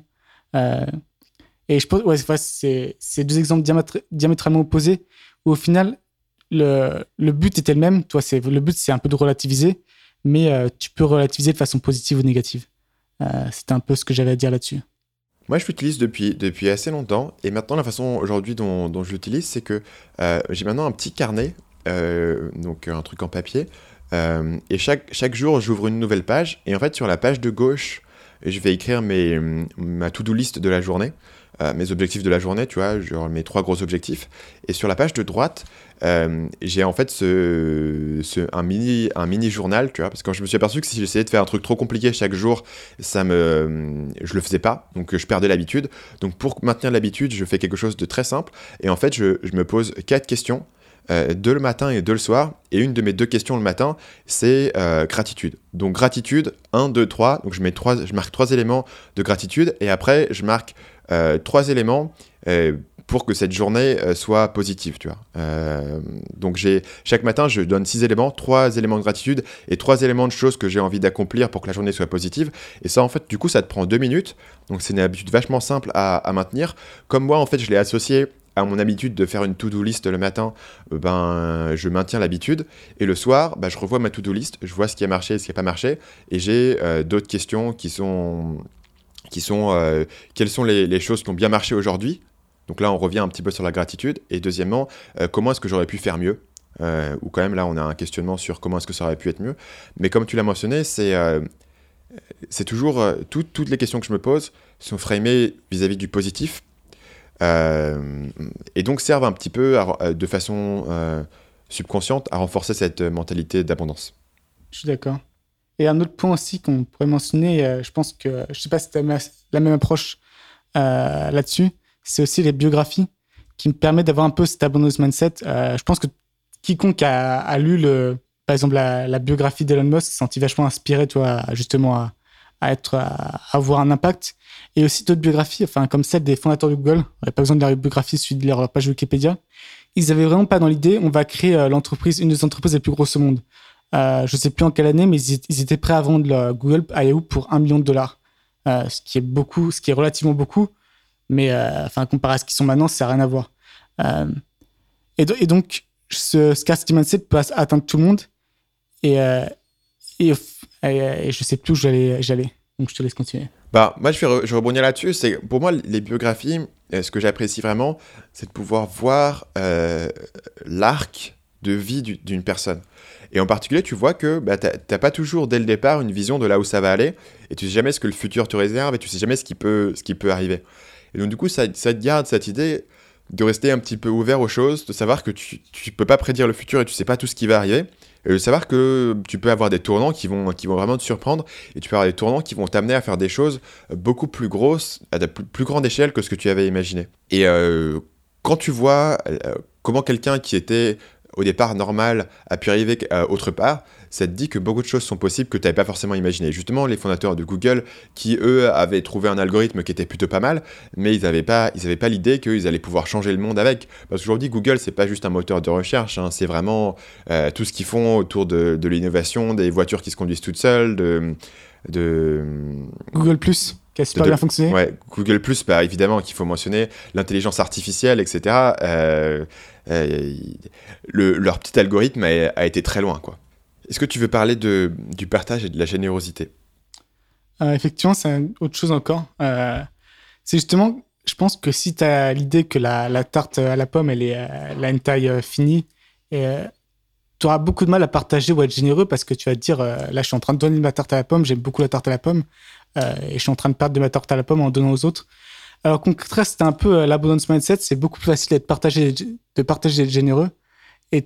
S3: Et je pense, c'est deux exemples diamétralement opposés où au final, le but était le même. Toi, le but, c'est un peu de relativiser, mais tu peux relativiser de façon positive ou négative. C'était un peu ce que j'avais à dire là-dessus.
S2: Moi, je l'utilise depuis assez longtemps. Et maintenant, la façon aujourd'hui dont je l'utilise, c'est que j'ai maintenant un petit carnet, donc un truc en papier. Et chaque jour, j'ouvre une nouvelle page. Et en fait, sur la page de gauche, je vais écrire ma to-do list de la journée. Mes objectifs de la journée, tu vois, genre mes 3 gros objectifs. Et sur la page de droite, j'ai en fait un mini journal, tu vois, parce que quand je me suis aperçu que si j'essayais de faire un truc trop compliqué chaque jour, je le faisais pas, donc je perdais l'habitude. Donc pour maintenir l'habitude, je fais quelque chose de très simple. Et en fait, je me pose 4 questions. 2 le matin et 2 le soir, et une de mes 2 questions le matin, c'est gratitude. Donc gratitude, 1, 2, 3, donc je marque 3 éléments de gratitude, et après je marque 3 éléments pour que cette journée soit positive, tu vois. Donc chaque matin, je donne 6 éléments, 3 éléments de gratitude, et 3 éléments de choses que j'ai envie d'accomplir pour que la journée soit positive, et ça en fait, du coup, ça te prend 2 minutes, donc c'est une habitude vachement simple à maintenir. Comme moi, en fait, je l'ai associé à mon habitude de faire une to-do list le matin, je maintiens l'habitude. Et le soir, je revois ma to-do list, je vois ce qui a marché et ce qui n'a pas marché. Et j'ai d'autres questions qui sont quelles sont les choses qui ont bien marché aujourd'hui. Donc là, on revient un petit peu sur la gratitude. Et deuxièmement, comment est-ce que j'aurais pu faire mieux ou quand même, là, on a un questionnement sur comment est-ce que ça aurait pu être mieux. Mais comme tu l'as mentionné, c'est toujours... toutes les questions que je me pose sont framées vis-à-vis du positif. Et donc servent un petit peu de façon subconsciente à renforcer cette mentalité d'abondance.
S3: Je suis d'accord. Et un autre point aussi qu'on pourrait mentionner, je pense que, je ne sais pas si tu as la même approche là-dessus, c'est aussi les biographies qui me permettent d'avoir un peu cet abundance mindset. Je pense que quiconque a lu par exemple la biographie d'Elon Musk s'est senti vachement inspiré, toi, justement à avoir un impact. Et aussi d'autres biographies, comme celle des fondateurs de Google. On n'a pas besoin de leur biographie, il suffit de lire leur page Wikipédia. Ils n'avaient vraiment pas dans l'idée, on va créer une des entreprises les plus grosses au monde. Je ne sais plus en quelle année, mais ils étaient prêts à vendre Google à Yahoo pour $1 million. Ce qui est relativement beaucoup, mais comparé à ce qu'ils sont maintenant, ça n'a rien à voir. Et donc, ce scarcity mindset peut atteindre tout le monde. Et je ne sais plus où j'allais. Donc, je te laisse continuer.
S2: Moi, je vais rebondir là-dessus. Pour moi, les biographies, ce que j'apprécie vraiment, c'est de pouvoir voir l'arc de vie d'une personne. Et en particulier, tu vois que t'as pas toujours, dès le départ, une vision de là où ça va aller, et tu sais jamais ce que le futur te réserve, et tu sais jamais ce qui peut arriver. Et donc, du coup, ça te garde cette idée de rester un petit peu ouvert aux choses, de savoir que tu peux pas prédire le futur et tu sais pas tout ce qui va arriver, et de savoir que tu peux avoir des tournants qui vont vraiment te surprendre, et tu peux avoir des tournants qui vont t'amener à faire des choses beaucoup plus grosses, à de plus grande échelle que ce que tu avais imaginé. Et quand tu vois comment quelqu'un qui était au départ normal a pu arriver autre part, ça te dit que beaucoup de choses sont possibles que tu n'avais pas forcément imaginé. Justement, les fondateurs de Google, qui eux avaient trouvé un algorithme qui était plutôt pas mal, mais ils n'avaient pas l'idée qu'ils allaient pouvoir changer le monde avec. Parce qu'aujourd'hui, Google, c'est pas juste un moteur de recherche, c'est vraiment tout ce qu'ils font autour de l'innovation, des voitures qui se conduisent toutes seules, de
S3: Google+, qui a super bien fonctionné.
S2: Ouais, Google+, bah, évidemment, qu'il faut mentionner, l'intelligence artificielle, etc. Leur petit algorithme a été très loin, quoi. Est-ce que tu veux parler du partage et de la générosité ?
S3: Effectivement, c'est autre chose encore. C'est justement, je pense que si tu as l'idée que la tarte à la pomme, elle a une taille finie, tu auras beaucoup de mal à partager ou à être généreux parce que tu vas te dire, là, je suis en train de donner ma tarte à la pomme, j'aime beaucoup la tarte à la pomme, et je suis en train de perdre de ma tarte à la pomme en donnant aux autres. Alors qu'au contraire, c'était un peu l'abondance mindset, c'est beaucoup plus facile de partager et d'être généreux. Et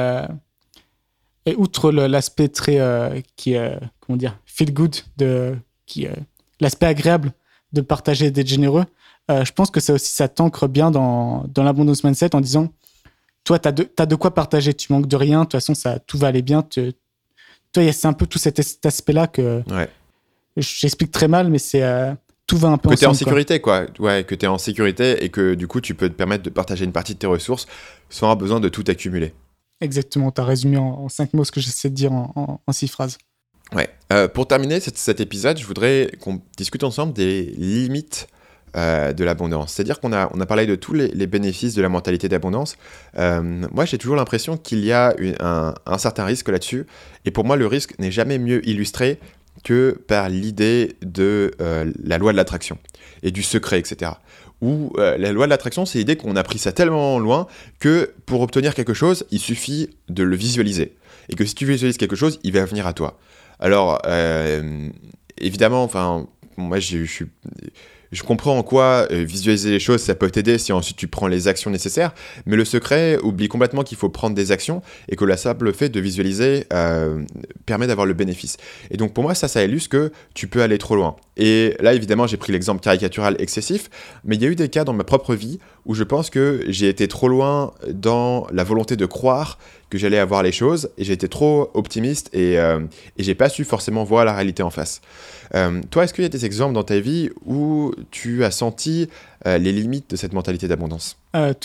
S3: outre l'aspect très, comment dire, feel good, l'aspect agréable de partager et d'être généreux, je pense que ça t'ancre bien dans l'abondance mindset en disant, toi, t'as de quoi partager, tu manques de rien, de toute façon, tout va aller bien. Toi, c'est un peu tout cet aspect-là que j'explique très mal, mais c'est tout va un peu ensemble.
S2: Que t'es en sécurité, quoi. Ouais, que t'es en sécurité et que du coup, tu peux te permettre de partager une partie de tes ressources sans avoir besoin de tout accumuler.
S3: Exactement, t'as résumé en 5 mots ce que j'essaie de dire en 6 phrases.
S2: Ouais. Pour terminer cet épisode, je voudrais qu'on discute ensemble des limites de l'abondance. C'est-à-dire qu'on a parlé de tous les bénéfices de la mentalité d'abondance. Moi, j'ai toujours l'impression qu'il y a un certain risque là-dessus. Et pour moi, le risque n'est jamais mieux illustré que par l'idée de la loi de l'attraction et du secret, etc. Où la loi de l'attraction, c'est l'idée qu'on a pris ça tellement loin que pour obtenir quelque chose, il suffit de le visualiser. Et que si tu visualises quelque chose, il va venir à toi. Alors, évidemment, enfin, moi, je comprends en quoi visualiser les choses, ça peut t'aider si ensuite tu prends les actions nécessaires, mais le secret oublie complètement qu'il faut prendre des actions et que le simple fait de visualiser permet d'avoir le bénéfice. Et donc pour moi, ça illustre que tu peux aller trop loin. Et là, évidemment, j'ai pris l'exemple caricatural excessif, mais il y a eu des cas dans ma propre vie où je pense que j'ai été trop loin dans la volonté de croire que j'allais avoir les choses, et j'ai été trop optimiste et j'ai pas su forcément voir la réalité en face. Toi, est-ce qu'il y a des exemples dans ta vie où tu as senti les limites de cette mentalité d'abondance ?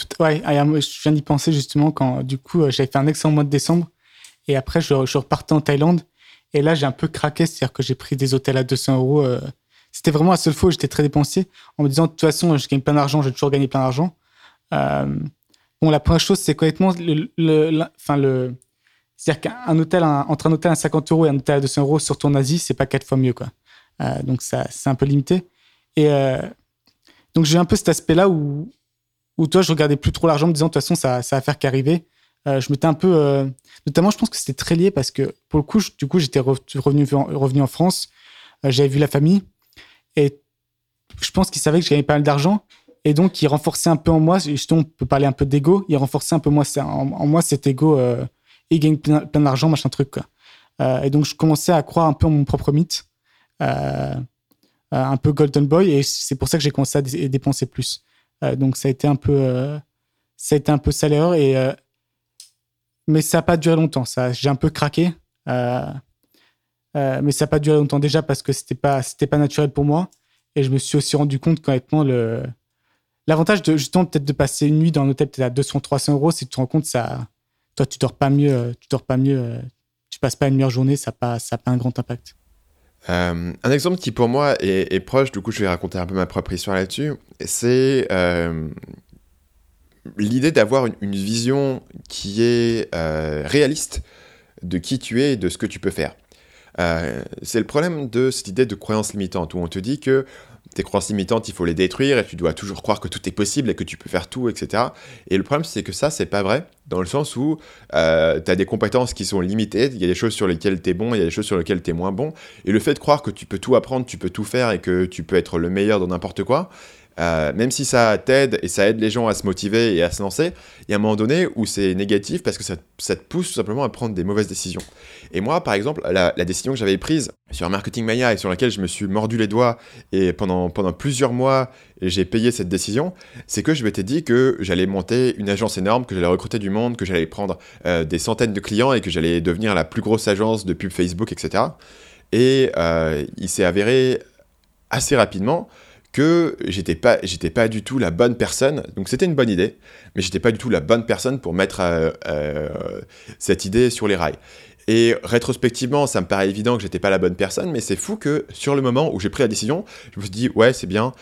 S3: Je viens d'y penser justement quand du coup j'avais fait un excellent mois de décembre et après je repartais en Thaïlande et là j'ai un peu craqué, c'est-à-dire que j'ai pris des hôtels à 200 €. C'était vraiment la seule fois où j'étais très dépensier en me disant de toute façon je gagne plein d'argent, je vais toujours gagner plein d'argent. Bon, la première chose, c'est honnêtement, c'est-à-dire qu'un hôtel, entre un hôtel à 50 € et un hôtel à 200 €, surtout en Asie, c'est pas 4 fois mieux, quoi. Donc, ça, c'est un peu limité. Et donc, j'ai un peu cet aspect-là où toi, je regardais plus trop l'argent, me disant, de toute façon, ça va faire qu'arriver. Je m'étais un peu... notamment, je pense que c'était très lié parce que, pour le coup, j'étais revenu en France. J'avais vu la famille. Et je pense qu'ils savaient que je gagnais pas mal d'argent. Et donc, il renforçait un peu en moi, justement, on peut parler un peu d'ego, il renforçait un peu en moi cet ego, il gagne plein d'argent, machin truc, quoi. Et donc, je commençais à croire un peu en mon propre mythe, un peu golden boy, et c'est pour ça que j'ai commencé à dépenser plus. Donc, ça a été un peu ça l'erreur, mais ça n'a pas duré longtemps, j'ai un peu craqué, mais ça n'a pas duré longtemps, déjà parce que c'était pas naturel pour moi, et je me suis aussi rendu compte qu'honnêtement, l'avantage de justement peut-être de passer une nuit dans un hôtel peut-être à 200-300 €, c'est que tu te rends compte toi tu dors pas mieux, tu passes pas une meilleure journée, ça a pas un grand impact.
S2: Un exemple qui pour moi est proche, du coup je vais raconter un peu ma propre histoire là-dessus, c'est l'idée d'avoir une vision qui est réaliste de qui tu es et de ce que tu peux faire. C'est le problème de cette idée de croyance limitante où on te dit que tes croyances limitantes, il faut les détruire et tu dois toujours croire que tout est possible et que tu peux faire tout, etc. Et le problème, c'est que ça, c'est pas vrai, dans le sens où tu as des compétences qui sont limitées, il y a des choses sur lesquelles tu es bon, il y a des choses sur lesquelles tu es moins bon. Et le fait de croire que tu peux tout apprendre, tu peux tout faire et que tu peux être le meilleur dans n'importe quoi, même si ça t'aide et ça aide les gens à se motiver et à se lancer, il y a un moment donné où c'est négatif parce que ça te pousse tout simplement à prendre des mauvaises décisions. Et moi, par exemple, la décision que j'avais prise sur Marketing Mania et sur laquelle je me suis mordu les doigts et pendant plusieurs mois, j'ai payé cette décision, c'est que je m'étais dit que j'allais monter une agence énorme, que j'allais recruter du monde, que j'allais prendre des centaines de clients et que j'allais devenir la plus grosse agence de pub Facebook, etc. Et il s'est avéré assez rapidement que j'étais pas du tout la bonne personne. Donc c'était une bonne idée, mais j'étais pas du tout la bonne personne pour mettre cette idée sur les rails. Et rétrospectivement, ça me paraît évident que j'étais pas la bonne personne, mais c'est fou que sur le moment où j'ai pris la décision, je me suis dit ouais c'est bien,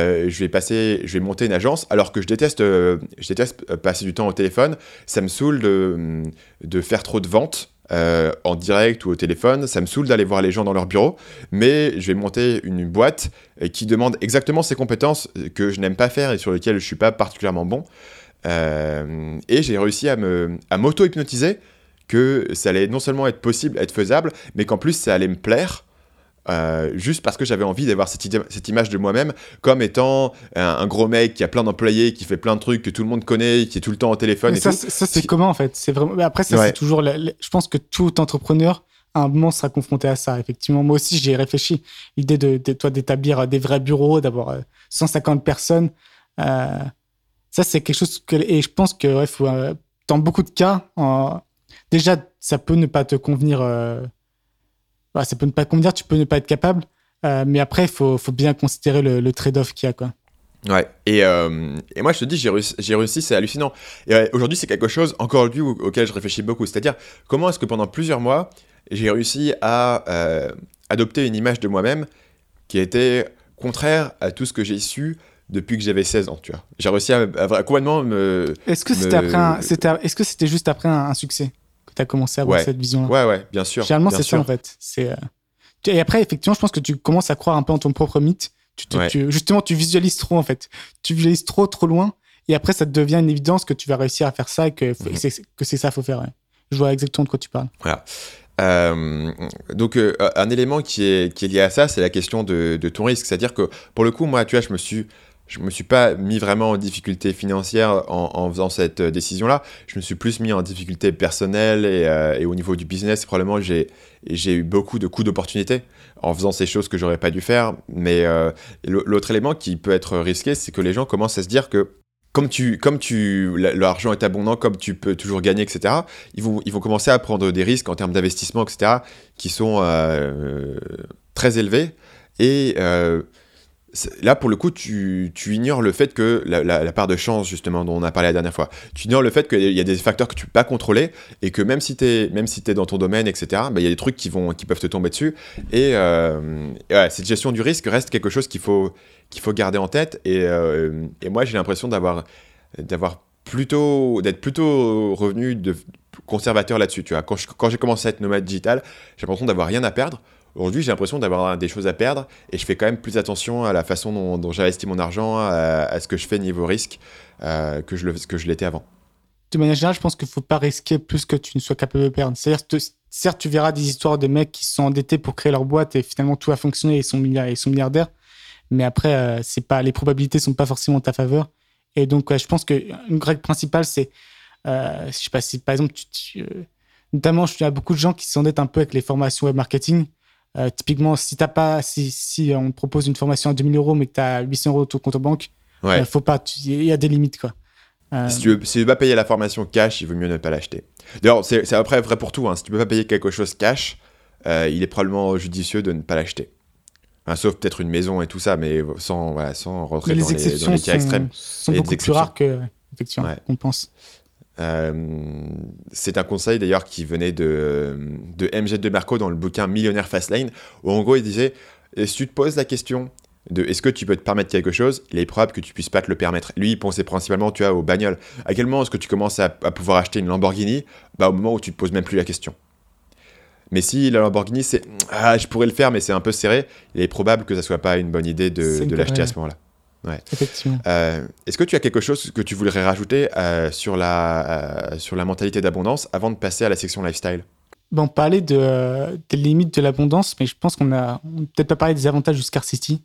S2: je vais monter une agence, alors que je déteste passer du temps au téléphone. Ça me saoule de faire trop de ventes. En direct ou au téléphone, ça me saoule d'aller voir les gens dans leur bureau, mais je vais monter une boîte qui demande exactement ces compétences que je n'aime pas faire et sur lesquelles je suis pas particulièrement bon, et j'ai réussi à m'auto-hypnotiser que ça allait non seulement être possible, être faisable, mais qu'en plus ça allait me plaire. Juste parce que j'avais envie d'avoir cette image de moi-même comme étant un gros mec qui a plein d'employés, qui fait plein de trucs que tout le monde connaît, qui est tout le temps au téléphone.
S3: Mais
S2: ça,
S3: c'est commun en fait. C'est vraiment. Mais après, ça, c'est toujours. Je pense que tout entrepreneur, à un moment, sera confronté à ça. Effectivement, moi aussi, j'ai réfléchi. L'idée d'établir des vrais bureaux, d'avoir 150 personnes, ça, c'est quelque chose et je pense que faut, dans beaucoup de cas, déjà, ça peut ne pas te convenir. Ça peut ne pas convenir, tu peux ne pas être capable, mais après, il faut bien considérer le trade-off qu'il y a, quoi.
S2: Ouais, et moi je te dis, j'ai réussi, c'est hallucinant. Et aujourd'hui, c'est quelque chose, encore aujourd'hui, auquel je réfléchis beaucoup. C'est-à-dire, comment est-ce que pendant plusieurs mois, j'ai réussi à adopter une image de moi-même qui était contraire à tout ce que j'ai su depuis que j'avais 16 ans, tu vois. J'ai réussi à complètement me...
S3: Est-ce que c'était juste après un succès que tu as commencé à avoir cette vision-là?
S2: Ouais, bien sûr.
S3: Généralement, c'est ça, en fait. Et après, effectivement, je pense que tu commences à croire un peu en ton propre mythe. Justement, tu visualises trop, en fait. Tu visualises trop loin. Et après, ça te devient une évidence que tu vas réussir à faire ça et que c'est ça qu'il faut faire. Ouais. Je vois exactement de quoi tu parles.
S2: Voilà. Donc, un élément qui est lié à ça, c'est la question de ton risque. C'est-à-dire que, pour le coup, moi, tu vois, je me suis pas mis vraiment en difficulté financière en faisant cette décision-là. Je me suis plus mis en difficulté personnelle et au niveau du business, probablement, j'ai eu beaucoup de coups d'opportunité en faisant ces choses que j'aurais pas dû faire. Mais l'autre élément qui peut être risqué, c'est que les gens commencent à se dire que l'argent est abondant, comme tu peux toujours gagner, etc., ils vont commencer à prendre des risques en termes d'investissement, etc., qui sont très élevés. Et là, pour le coup, tu ignores le fait que la part de chance, justement, dont on a parlé la dernière fois, tu ignores le fait qu'il y a des facteurs que tu peux pas contrôler et que même si t'es dans ton domaine, etc., il y a des trucs qui peuvent te tomber dessus. Et cette gestion du risque reste quelque chose qu'il faut garder en tête. Et moi, j'ai l'impression d'être plutôt revenu de conservateur là-dessus. Tu vois, quand j'ai commencé à être nomade digital, j'ai l'impression d'avoir rien à perdre. Aujourd'hui, j'ai l'impression d'avoir des choses à perdre et je fais quand même plus attention à la façon dont j'investis mon argent, à ce que je fais niveau risque que je l'étais avant.
S3: De manière générale, je pense qu'il ne faut pas risquer plus que tu ne sois capable de perdre. C'est-à-dire que certes, tu verras des histoires de mecs qui se sont endettés pour créer leur boîte et finalement tout a fonctionné et ils sont milliardaires. Mais après, les probabilités ne sont pas forcément en ta faveur. Et donc, je pense qu'une règle principale, c'est, je ne sais pas si par exemple, notamment, il y a beaucoup de gens qui s'endettent un peu avec les formations web marketing. Typiquement, si on te propose une formation à 2 000 € mais que tu as 800 € de ton compte en banque, faut pas. Il y a des limites, quoi.
S2: Si tu veux pas payer la formation cash, il vaut mieux ne pas l'acheter. D'ailleurs, c'est après vrai pour tout. Hein. Si tu peux pas payer quelque chose cash, il est probablement judicieux de ne pas l'acheter. Enfin, sauf peut-être une maison et tout ça, mais sans rentrer dans les cas extrêmes.
S3: Sont beaucoup plus rares que effectivement, on pense.
S2: C'est un conseil d'ailleurs qui venait de MJ de Marco dans le bouquin Millionnaire Fastlane, où en gros il disait, si tu te poses la question de est-ce que tu peux te permettre quelque chose, il est probable que tu puisses pas te le permettre. Lui il pensait principalement aux bagnoles. À quel moment est-ce que tu commences à pouvoir acheter une Lamborghini? Au moment où tu te poses même plus la question. Mais si la Lamborghini c'est je pourrais le faire mais c'est un peu serré, il est probable que ça soit pas une bonne idée de l'acheter à ce moment-là. Ouais.
S3: Effectivement.
S2: Est-ce que tu as quelque chose que tu voudrais rajouter sur la mentalité d'abondance avant de passer à la section lifestyle?
S3: On parlait des limites de l'abondance, mais je pense qu'on peut-être pas parler des avantages du scarcity.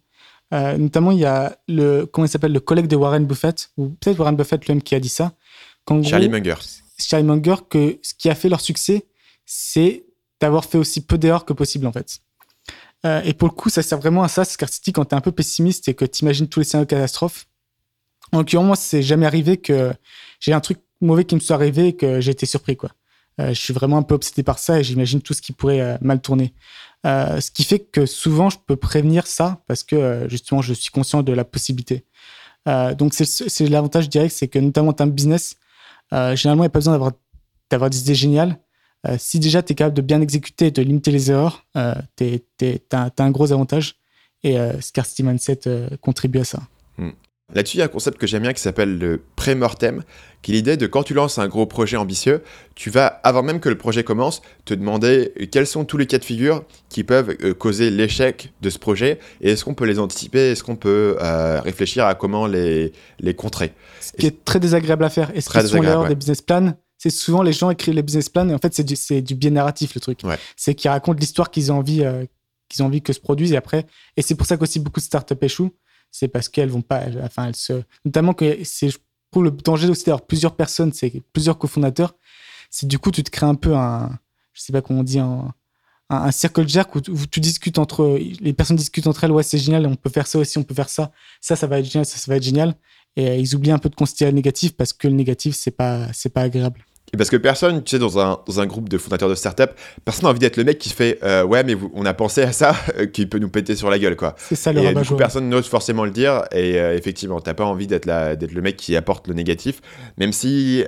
S3: Notamment, il y a comment il s'appelle, le collègue de Warren Buffett, ou peut-être Warren Buffett lui-même qui a dit ça.
S2: Charlie Munger.
S3: Charlie Munger, que ce qui a fait leur succès, c'est d'avoir fait aussi peu d'erreurs que possible, en fait. Et pour le coup, ça sert vraiment à ça, scarcity, quand t'es un peu pessimiste et que t'imagines tous les scénarios de catastrophe. En l'occurrence, moi, c'est jamais arrivé que j'ai un truc mauvais qui me soit arrivé et que j'ai été surpris, quoi. Je suis vraiment un peu obsédé par ça et j'imagine tout ce qui pourrait mal tourner. Ce qui fait que souvent, je peux prévenir ça parce que justement, je suis conscient de la possibilité. Donc, c'est l'avantage direct, c'est que notamment en termes de business, généralement, il n'y a pas besoin d'avoir des idées géniales. Si déjà, tu es capable de bien exécuter et de limiter les erreurs, t'as un gros avantage. Et Scarcity Mindset contribue à ça.
S2: Là-dessus, il y a un concept que j'aime bien qui s'appelle le pré-mortem, qui est l'idée de quand tu lances un gros projet ambitieux, tu vas, avant même que le projet commence, te demander quels sont tous les cas de figure qui peuvent causer l'échec de ce projet et est-ce qu'on peut les anticiper, est-ce qu'on peut réfléchir à comment les contrer.
S3: Ce qui est très désagréable à faire. Et ce qui sont l'erreur des business plans, c'est souvent les gens écrivent les business plans et en fait, c'est du biais narratif le truc.
S2: Ouais.
S3: C'est qu'ils racontent l'histoire qu'ils ont envie que se produise et après. Et c'est pour ça qu'aussi beaucoup de startups échouent. C'est parce qu'elles vont pas, notamment que je trouve le danger aussi d'avoir plusieurs personnes, c'est plusieurs cofondateurs. C'est du coup, tu te crées un peu je sais pas comment on dit, un circle jerk où tu discutes les personnes discutent entre elles. Ouais, c'est génial, on peut faire ça aussi, on peut faire ça. Ça va être génial, ça va être génial. Et ils oublient un peu de considérer le négatif parce que le négatif, c'est pas agréable.
S2: Et parce que personne, tu sais, dans un groupe de fondateurs de startup, personne n'a envie d'être le mec qui fait ouais, mais on a pensé à ça, qui peut nous péter sur la gueule, quoi.
S3: C'est ça le
S2: rabat-joie. Du coup, personne n'ose forcément le dire. Et effectivement, t'as pas envie d'être le mec qui apporte le négatif, même si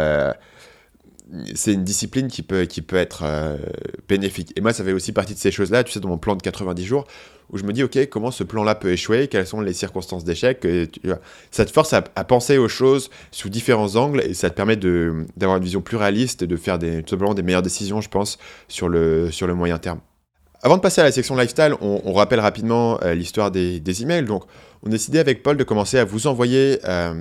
S2: c'est une discipline qui peut être bénéfique. Et moi, ça fait aussi partie de ces choses-là, tu sais, dans mon plan de 90 jours, où je me dis, OK, comment ce plan-là peut échouer? Quelles sont les circonstances d'échec? Ça te force à penser aux choses sous différents angles et ça te permet d'avoir une vision plus réaliste et de faire tout simplement des meilleures décisions, je pense, sur le moyen terme. Avant de passer à la section lifestyle, on rappelle rapidement l'histoire des emails. Donc, on a décidé avec Paul de commencer à vous envoyer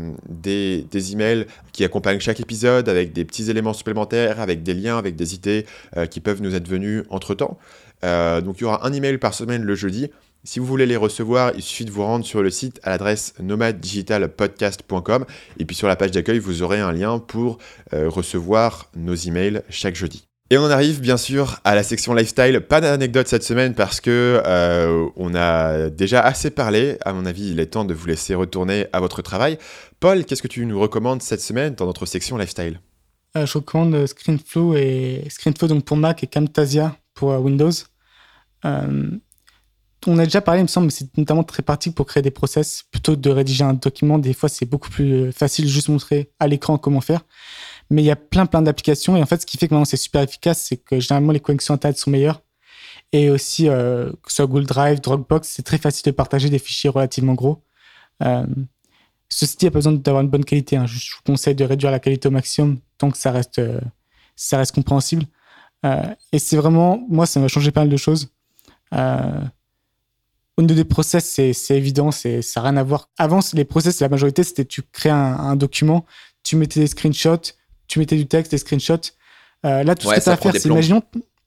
S2: des emails qui accompagnent chaque épisode avec des petits éléments supplémentaires, avec des liens, avec des idées qui peuvent nous être venus entre-temps. Donc, il y aura un email par semaine le jeudi. Si vous voulez les recevoir, il suffit de vous rendre sur le site à l'adresse nomaddigitalpodcast.com et puis sur la page d'accueil, vous aurez un lien pour recevoir nos emails chaque jeudi. Et on arrive bien sûr à la section lifestyle. Pas d'anecdote cette semaine parce que on a déjà assez parlé. À mon avis, il est temps de vous laisser retourner à votre travail. Paul, qu'est-ce que tu nous recommandes cette semaine dans notre section lifestyle?
S3: Je recommande ScreenFlow donc pour Mac et Camtasia pour Windows. On a déjà parlé, il me semble, mais c'est notamment très pratique pour créer des process. Plutôt que de rédiger un document, des fois, c'est beaucoup plus facile juste montrer à l'écran comment faire. Mais il y a plein d'applications. Et en fait, ce qui fait que maintenant, c'est super efficace, c'est que généralement, les connexions Internet sont meilleures. Et aussi, que ce soit Google Drive, Dropbox, c'est très facile de partager des fichiers relativement gros. Ceci dit, il n'y a pas besoin d'avoir une bonne qualité. Je vous conseille de réduire la qualité au maximum tant que ça reste compréhensible. Et c'est vraiment... Moi, ça m'a changé pas mal de choses. Au niveau des process, c'est évident, ça n'a rien à voir. Avant, les process, la majorité, c'était tu crées un document, tu mettais des screenshots, tu mettais du texte, des screenshots. Là, tout ce que tu as à faire, c'est imaginons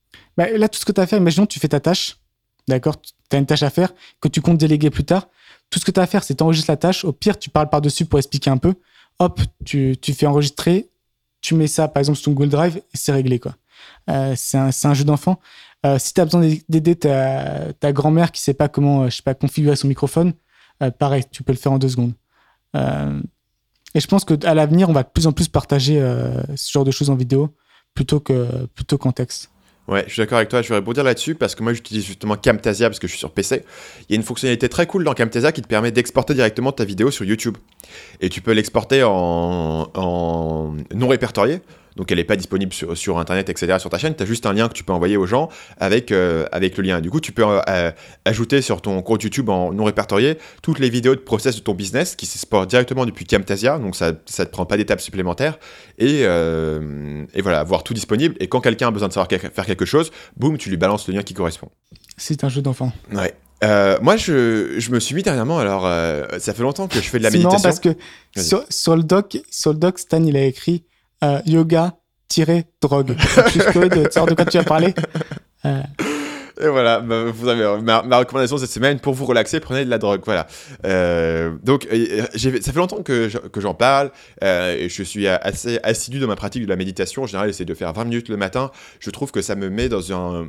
S3: tu fais ta tâche, d'accord? Tu as une tâche à faire que tu comptes déléguer plus tard. Tout ce que tu as à faire, c'est t'enregistres la tâche. Au pire, tu parles par-dessus pour expliquer un peu. Hop, tu fais enregistrer, tu mets ça, par exemple, sur ton Google Drive et c'est réglé, quoi. C'est un jeu d'enfant. Si tu as besoin d'aider ta grand-mère qui ne sait pas comment configurer son microphone, pareil, tu peux le faire en 2 secondes. Et je pense qu'à l'avenir, on va de plus en plus partager ce genre de choses en vidéo plutôt qu'en texte.
S2: Ouais, je suis d'accord avec toi. Je vais rebondir là-dessus parce que moi, j'utilise justement Camtasia parce que je suis sur PC. Il y a une fonctionnalité très cool dans Camtasia qui te permet d'exporter directement ta vidéo sur YouTube. Et tu peux l'exporter en non répertorié. Donc, elle n'est pas disponible sur Internet, etc. sur ta chaîne. Tu as juste un lien que tu peux envoyer aux gens avec le lien. Du coup, tu peux ajouter sur ton compte YouTube en non répertorié toutes les vidéos de process de ton business qui s'exportent directement depuis Camtasia. Donc, ça ne te prend pas d'étapes supplémentaires. Et voilà, avoir tout disponible. Et quand quelqu'un a besoin de savoir faire quelque chose, boum, tu lui balances le lien qui correspond.
S3: C'est un jeu d'enfant.
S2: Ouais. Moi, je me suis mis dernièrement, alors ça fait longtemps que je fais de la méditation.
S3: C'est marrant parce que sur le doc, Stan, il a écrit yoga-drogue. Je suis curieux de savoir de quoi tu vas parler.
S2: Et voilà, vous avez ma recommandation cette semaine pour vous relaxer, prenez de la drogue. Voilà. Donc, ça fait longtemps que j'en parle et je suis assez assidu dans ma pratique de la méditation. En général, j'essaie de faire 20 minutes le matin. Je trouve que ça me met dans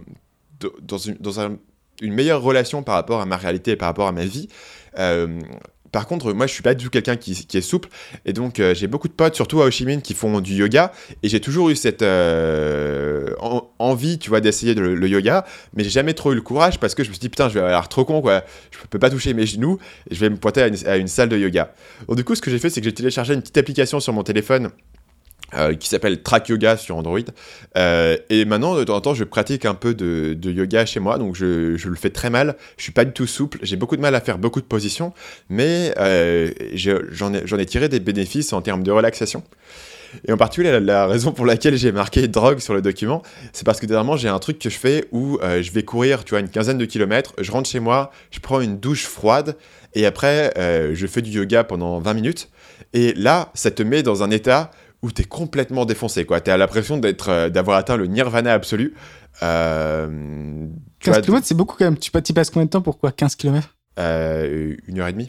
S2: une meilleure relation par rapport à ma réalité et par rapport à ma vie. Par contre, moi, je suis pas du tout quelqu'un qui est souple. Et donc, j'ai beaucoup de potes, surtout à Ho Chi Minh, qui font du yoga. Et j'ai toujours eu cette envie, tu vois, d'essayer le yoga. Mais j'ai jamais trop eu le courage parce que je me suis dit, putain, je vais avoir l'air trop con, quoi. Je peux pas toucher mes genoux. Et je vais me pointer à une salle de yoga. Donc, du coup, ce que j'ai fait, c'est que j'ai téléchargé une petite application sur mon téléphone qui s'appelle Track Yoga sur Android. Et maintenant, de temps en temps, je pratique un peu de yoga chez moi. Donc, je le fais très mal. Je suis pas du tout souple. J'ai beaucoup de mal à faire beaucoup de positions. Mais j'en ai tiré des bénéfices en termes de relaxation. Et en particulier, la raison pour laquelle j'ai marqué drogue sur le document, c'est parce que dernièrement, j'ai un truc que je fais où je vais courir, tu vois, une quinzaine de kilomètres. Je rentre chez moi, je prends une douche froide. Et après, je fais du yoga pendant 20 minutes. Et là, ça te met dans un état où t'es complètement défoncé, quoi. T'as l'impression d'avoir atteint le nirvana absolu.
S3: 15 km, c'est beaucoup quand même. Tu passes combien de temps pour quoi 15 km
S2: 1h30.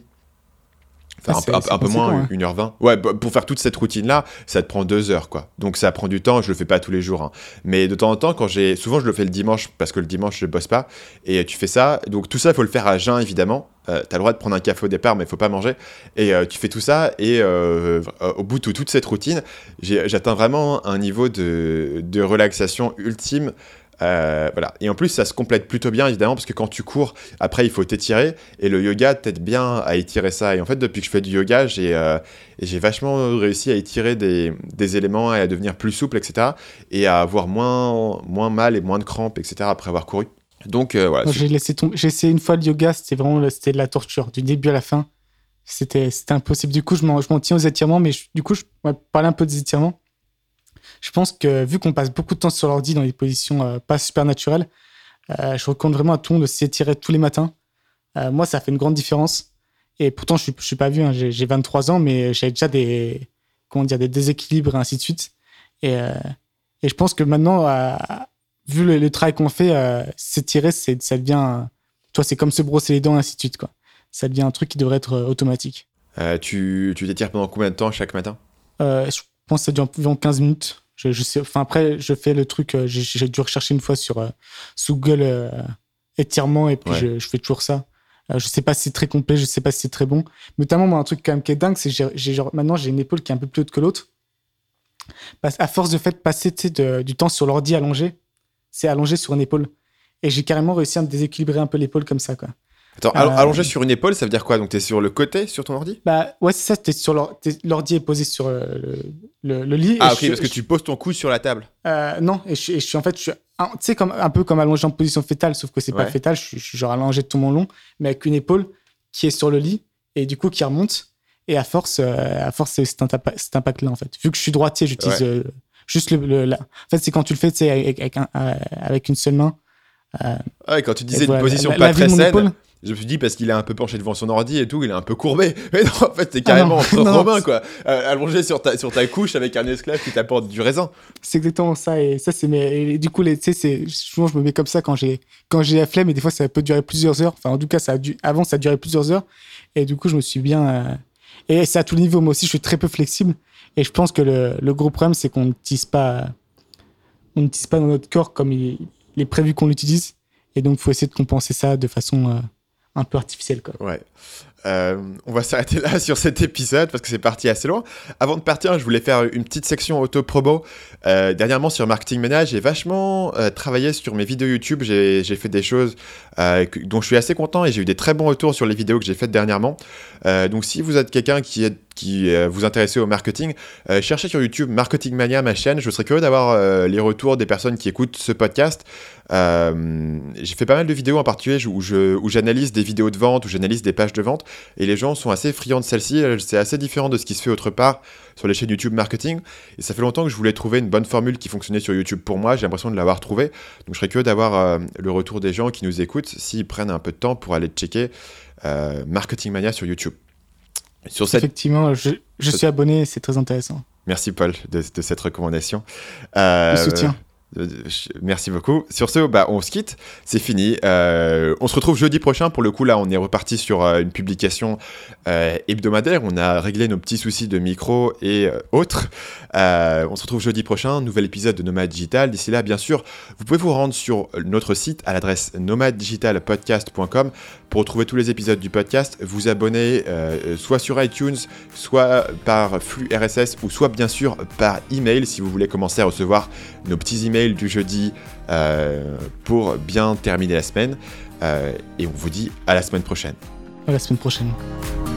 S2: Enfin, un peu moins, hein. 1h20. Ouais, pour faire toute cette routine-là, ça te prend 2 heures, quoi. Donc ça prend du temps, je le fais pas tous les jours. Hein. Mais de temps en temps, souvent je le fais le dimanche, parce que le dimanche, je bosse pas. Et tu fais ça. Donc tout ça, il faut le faire à jeun, évidemment. T'as le droit de prendre un café au départ, mais il faut pas manger. Et tu fais tout ça, et au bout de toute cette routine, j'atteins vraiment un niveau de relaxation ultime. Voilà. Et en plus, ça se complète plutôt bien, évidemment, parce que quand tu cours, après, il faut t'étirer. Et le yoga t'aide bien à étirer ça. Et en fait, depuis que je fais du yoga, j'ai vachement réussi à étirer des éléments et à devenir plus souple, etc. Et à avoir moins mal et moins de crampes, etc. après avoir couru. Donc, voilà.
S3: Moi, j'ai essayé une fois le yoga, c'était de la torture, du début à la fin. C'était impossible. Du coup, je m'en tiens aux étirements, mais je vais parler un peu des étirements. Je pense que vu qu'on passe beaucoup de temps sur l'ordi dans des positions pas super naturelles, je recommande vraiment à tout le monde de s'étirer tous les matins. Moi, ça fait une grande différence. Et pourtant, je suis pas vieux, hein, j'ai 23 ans, mais j'ai déjà des déséquilibres et ainsi de suite. Et je pense que maintenant, vu le travail qu'on fait, s'étirer, ça devient... Toi, c'est comme se brosser les dents et ainsi de suite, quoi. Ça devient un truc qui devrait être automatique.
S2: Tu t'étires pendant combien de temps chaque matin ?
S3: Je pense que ça dure environ 15 minutes. Je sais, enfin après, je fais le truc, j'ai dû rechercher une fois sur Google étirement et puis je fais toujours ça. Je sais pas si c'est très complet, je sais pas si c'est très bon. Notamment, moi, un truc quand même qui est dingue, c'est que maintenant, j'ai une épaule qui est un peu plus haute que l'autre. À force de passer du temps sur l'ordi allongé, c'est allongé sur une épaule. Et j'ai carrément réussi à me déséquilibrer un peu l'épaule comme ça, quoi.
S2: Attends, allongé sur une épaule, ça veut dire quoi ? Donc t'es sur le côté, sur ton ordi ?
S3: Bah ouais, c'est ça, l'ordi est posé sur le lit.
S2: Ah ok, parce que tu poses ton cou sur la table.
S3: Non, et je suis un peu comme allongé en position fétale, sauf que c'est pas fétal, je suis genre allongé de tout mon long, mais avec une épaule qui est sur le lit, et du coup qui remonte, et à force c'est cet impact-là, en fait. Vu que je suis droitier, j'utilise juste en fait, c'est quand tu le fais, tu sais, avec une seule main.
S2: Ouais, quand tu disais une position pas très saine... Je me suis dit, parce qu'il est un peu penché devant son ordi et tout, il est un peu courbé. Mais non, en fait, t'es carrément entre Romain, quoi. Allongé sur ta couche avec un esclave qui t'apporte du raisin.
S3: C'est exactement ça. Et ça, et du coup, tu sais, souvent, je me mets comme ça quand j'ai la flemme. Et des fois, ça peut durer plusieurs heures. Enfin, en tout cas, avant, ça durait plusieurs heures. Et du coup, je me suis bien... Et c'est à tous les niveaux. Moi aussi, je suis très peu flexible. Et je pense que le gros problème, c'est qu'on n'utilise pas dans notre corps comme il est prévu qu'on l'utilise. Et donc, il faut essayer de compenser ça de façon... un peu artificiel, quoi.
S2: Ouais. On va s'arrêter là sur cet épisode parce que c'est parti assez loin. Avant de partir, je voulais faire une petite section auto-promo. Dernièrement, sur Marketing Mania, j'ai vachement travaillé sur mes vidéos YouTube. J'ai fait des choses dont je suis assez content et j'ai eu des très bons retours sur les vidéos que j'ai faites dernièrement. Donc, si vous êtes quelqu'un qui vous intéressez au marketing, cherchez sur YouTube Marketing Mania, ma chaîne. Je serais curieux d'avoir les retours des personnes qui écoutent ce podcast. J'ai fait pas mal de vidéos en particulier où j'analyse des vidéos de vente, où j'analyse des pages de vente, et les gens sont assez friands de celle-ci. C'est assez différent de ce qui se fait autre part sur les chaînes YouTube marketing, et ça fait longtemps que je voulais trouver une bonne formule qui fonctionnait sur YouTube pour moi. J'ai l'impression de l'avoir trouvée, donc je serais curieux d'avoir le retour des gens qui nous écoutent s'ils prennent un peu de temps pour aller checker Marketing Mania sur YouTube.
S3: Effectivement, je suis abonné, c'est très intéressant.
S2: Merci Paul de cette recommandation.
S3: Le soutien.
S2: Merci beaucoup. Sur ce, on se quitte. C'est fini. On se retrouve jeudi prochain. Pour le coup, là, on est reparti sur une publication hebdomadaire. On a réglé nos petits soucis de micro et autres. On se retrouve jeudi prochain. Nouvel épisode de Nomade Digital. D'ici là, bien sûr, vous pouvez vous rendre sur notre site à l'adresse nomadedigitalpodcast.com pour retrouver tous les épisodes du podcast. Vous abonner soit sur iTunes, soit par flux RSS ou soit bien sûr par email si vous voulez commencer à recevoir nos petits emails du jeudi pour bien terminer la semaine. Et on vous dit à la semaine prochaine.
S3: À la semaine prochaine.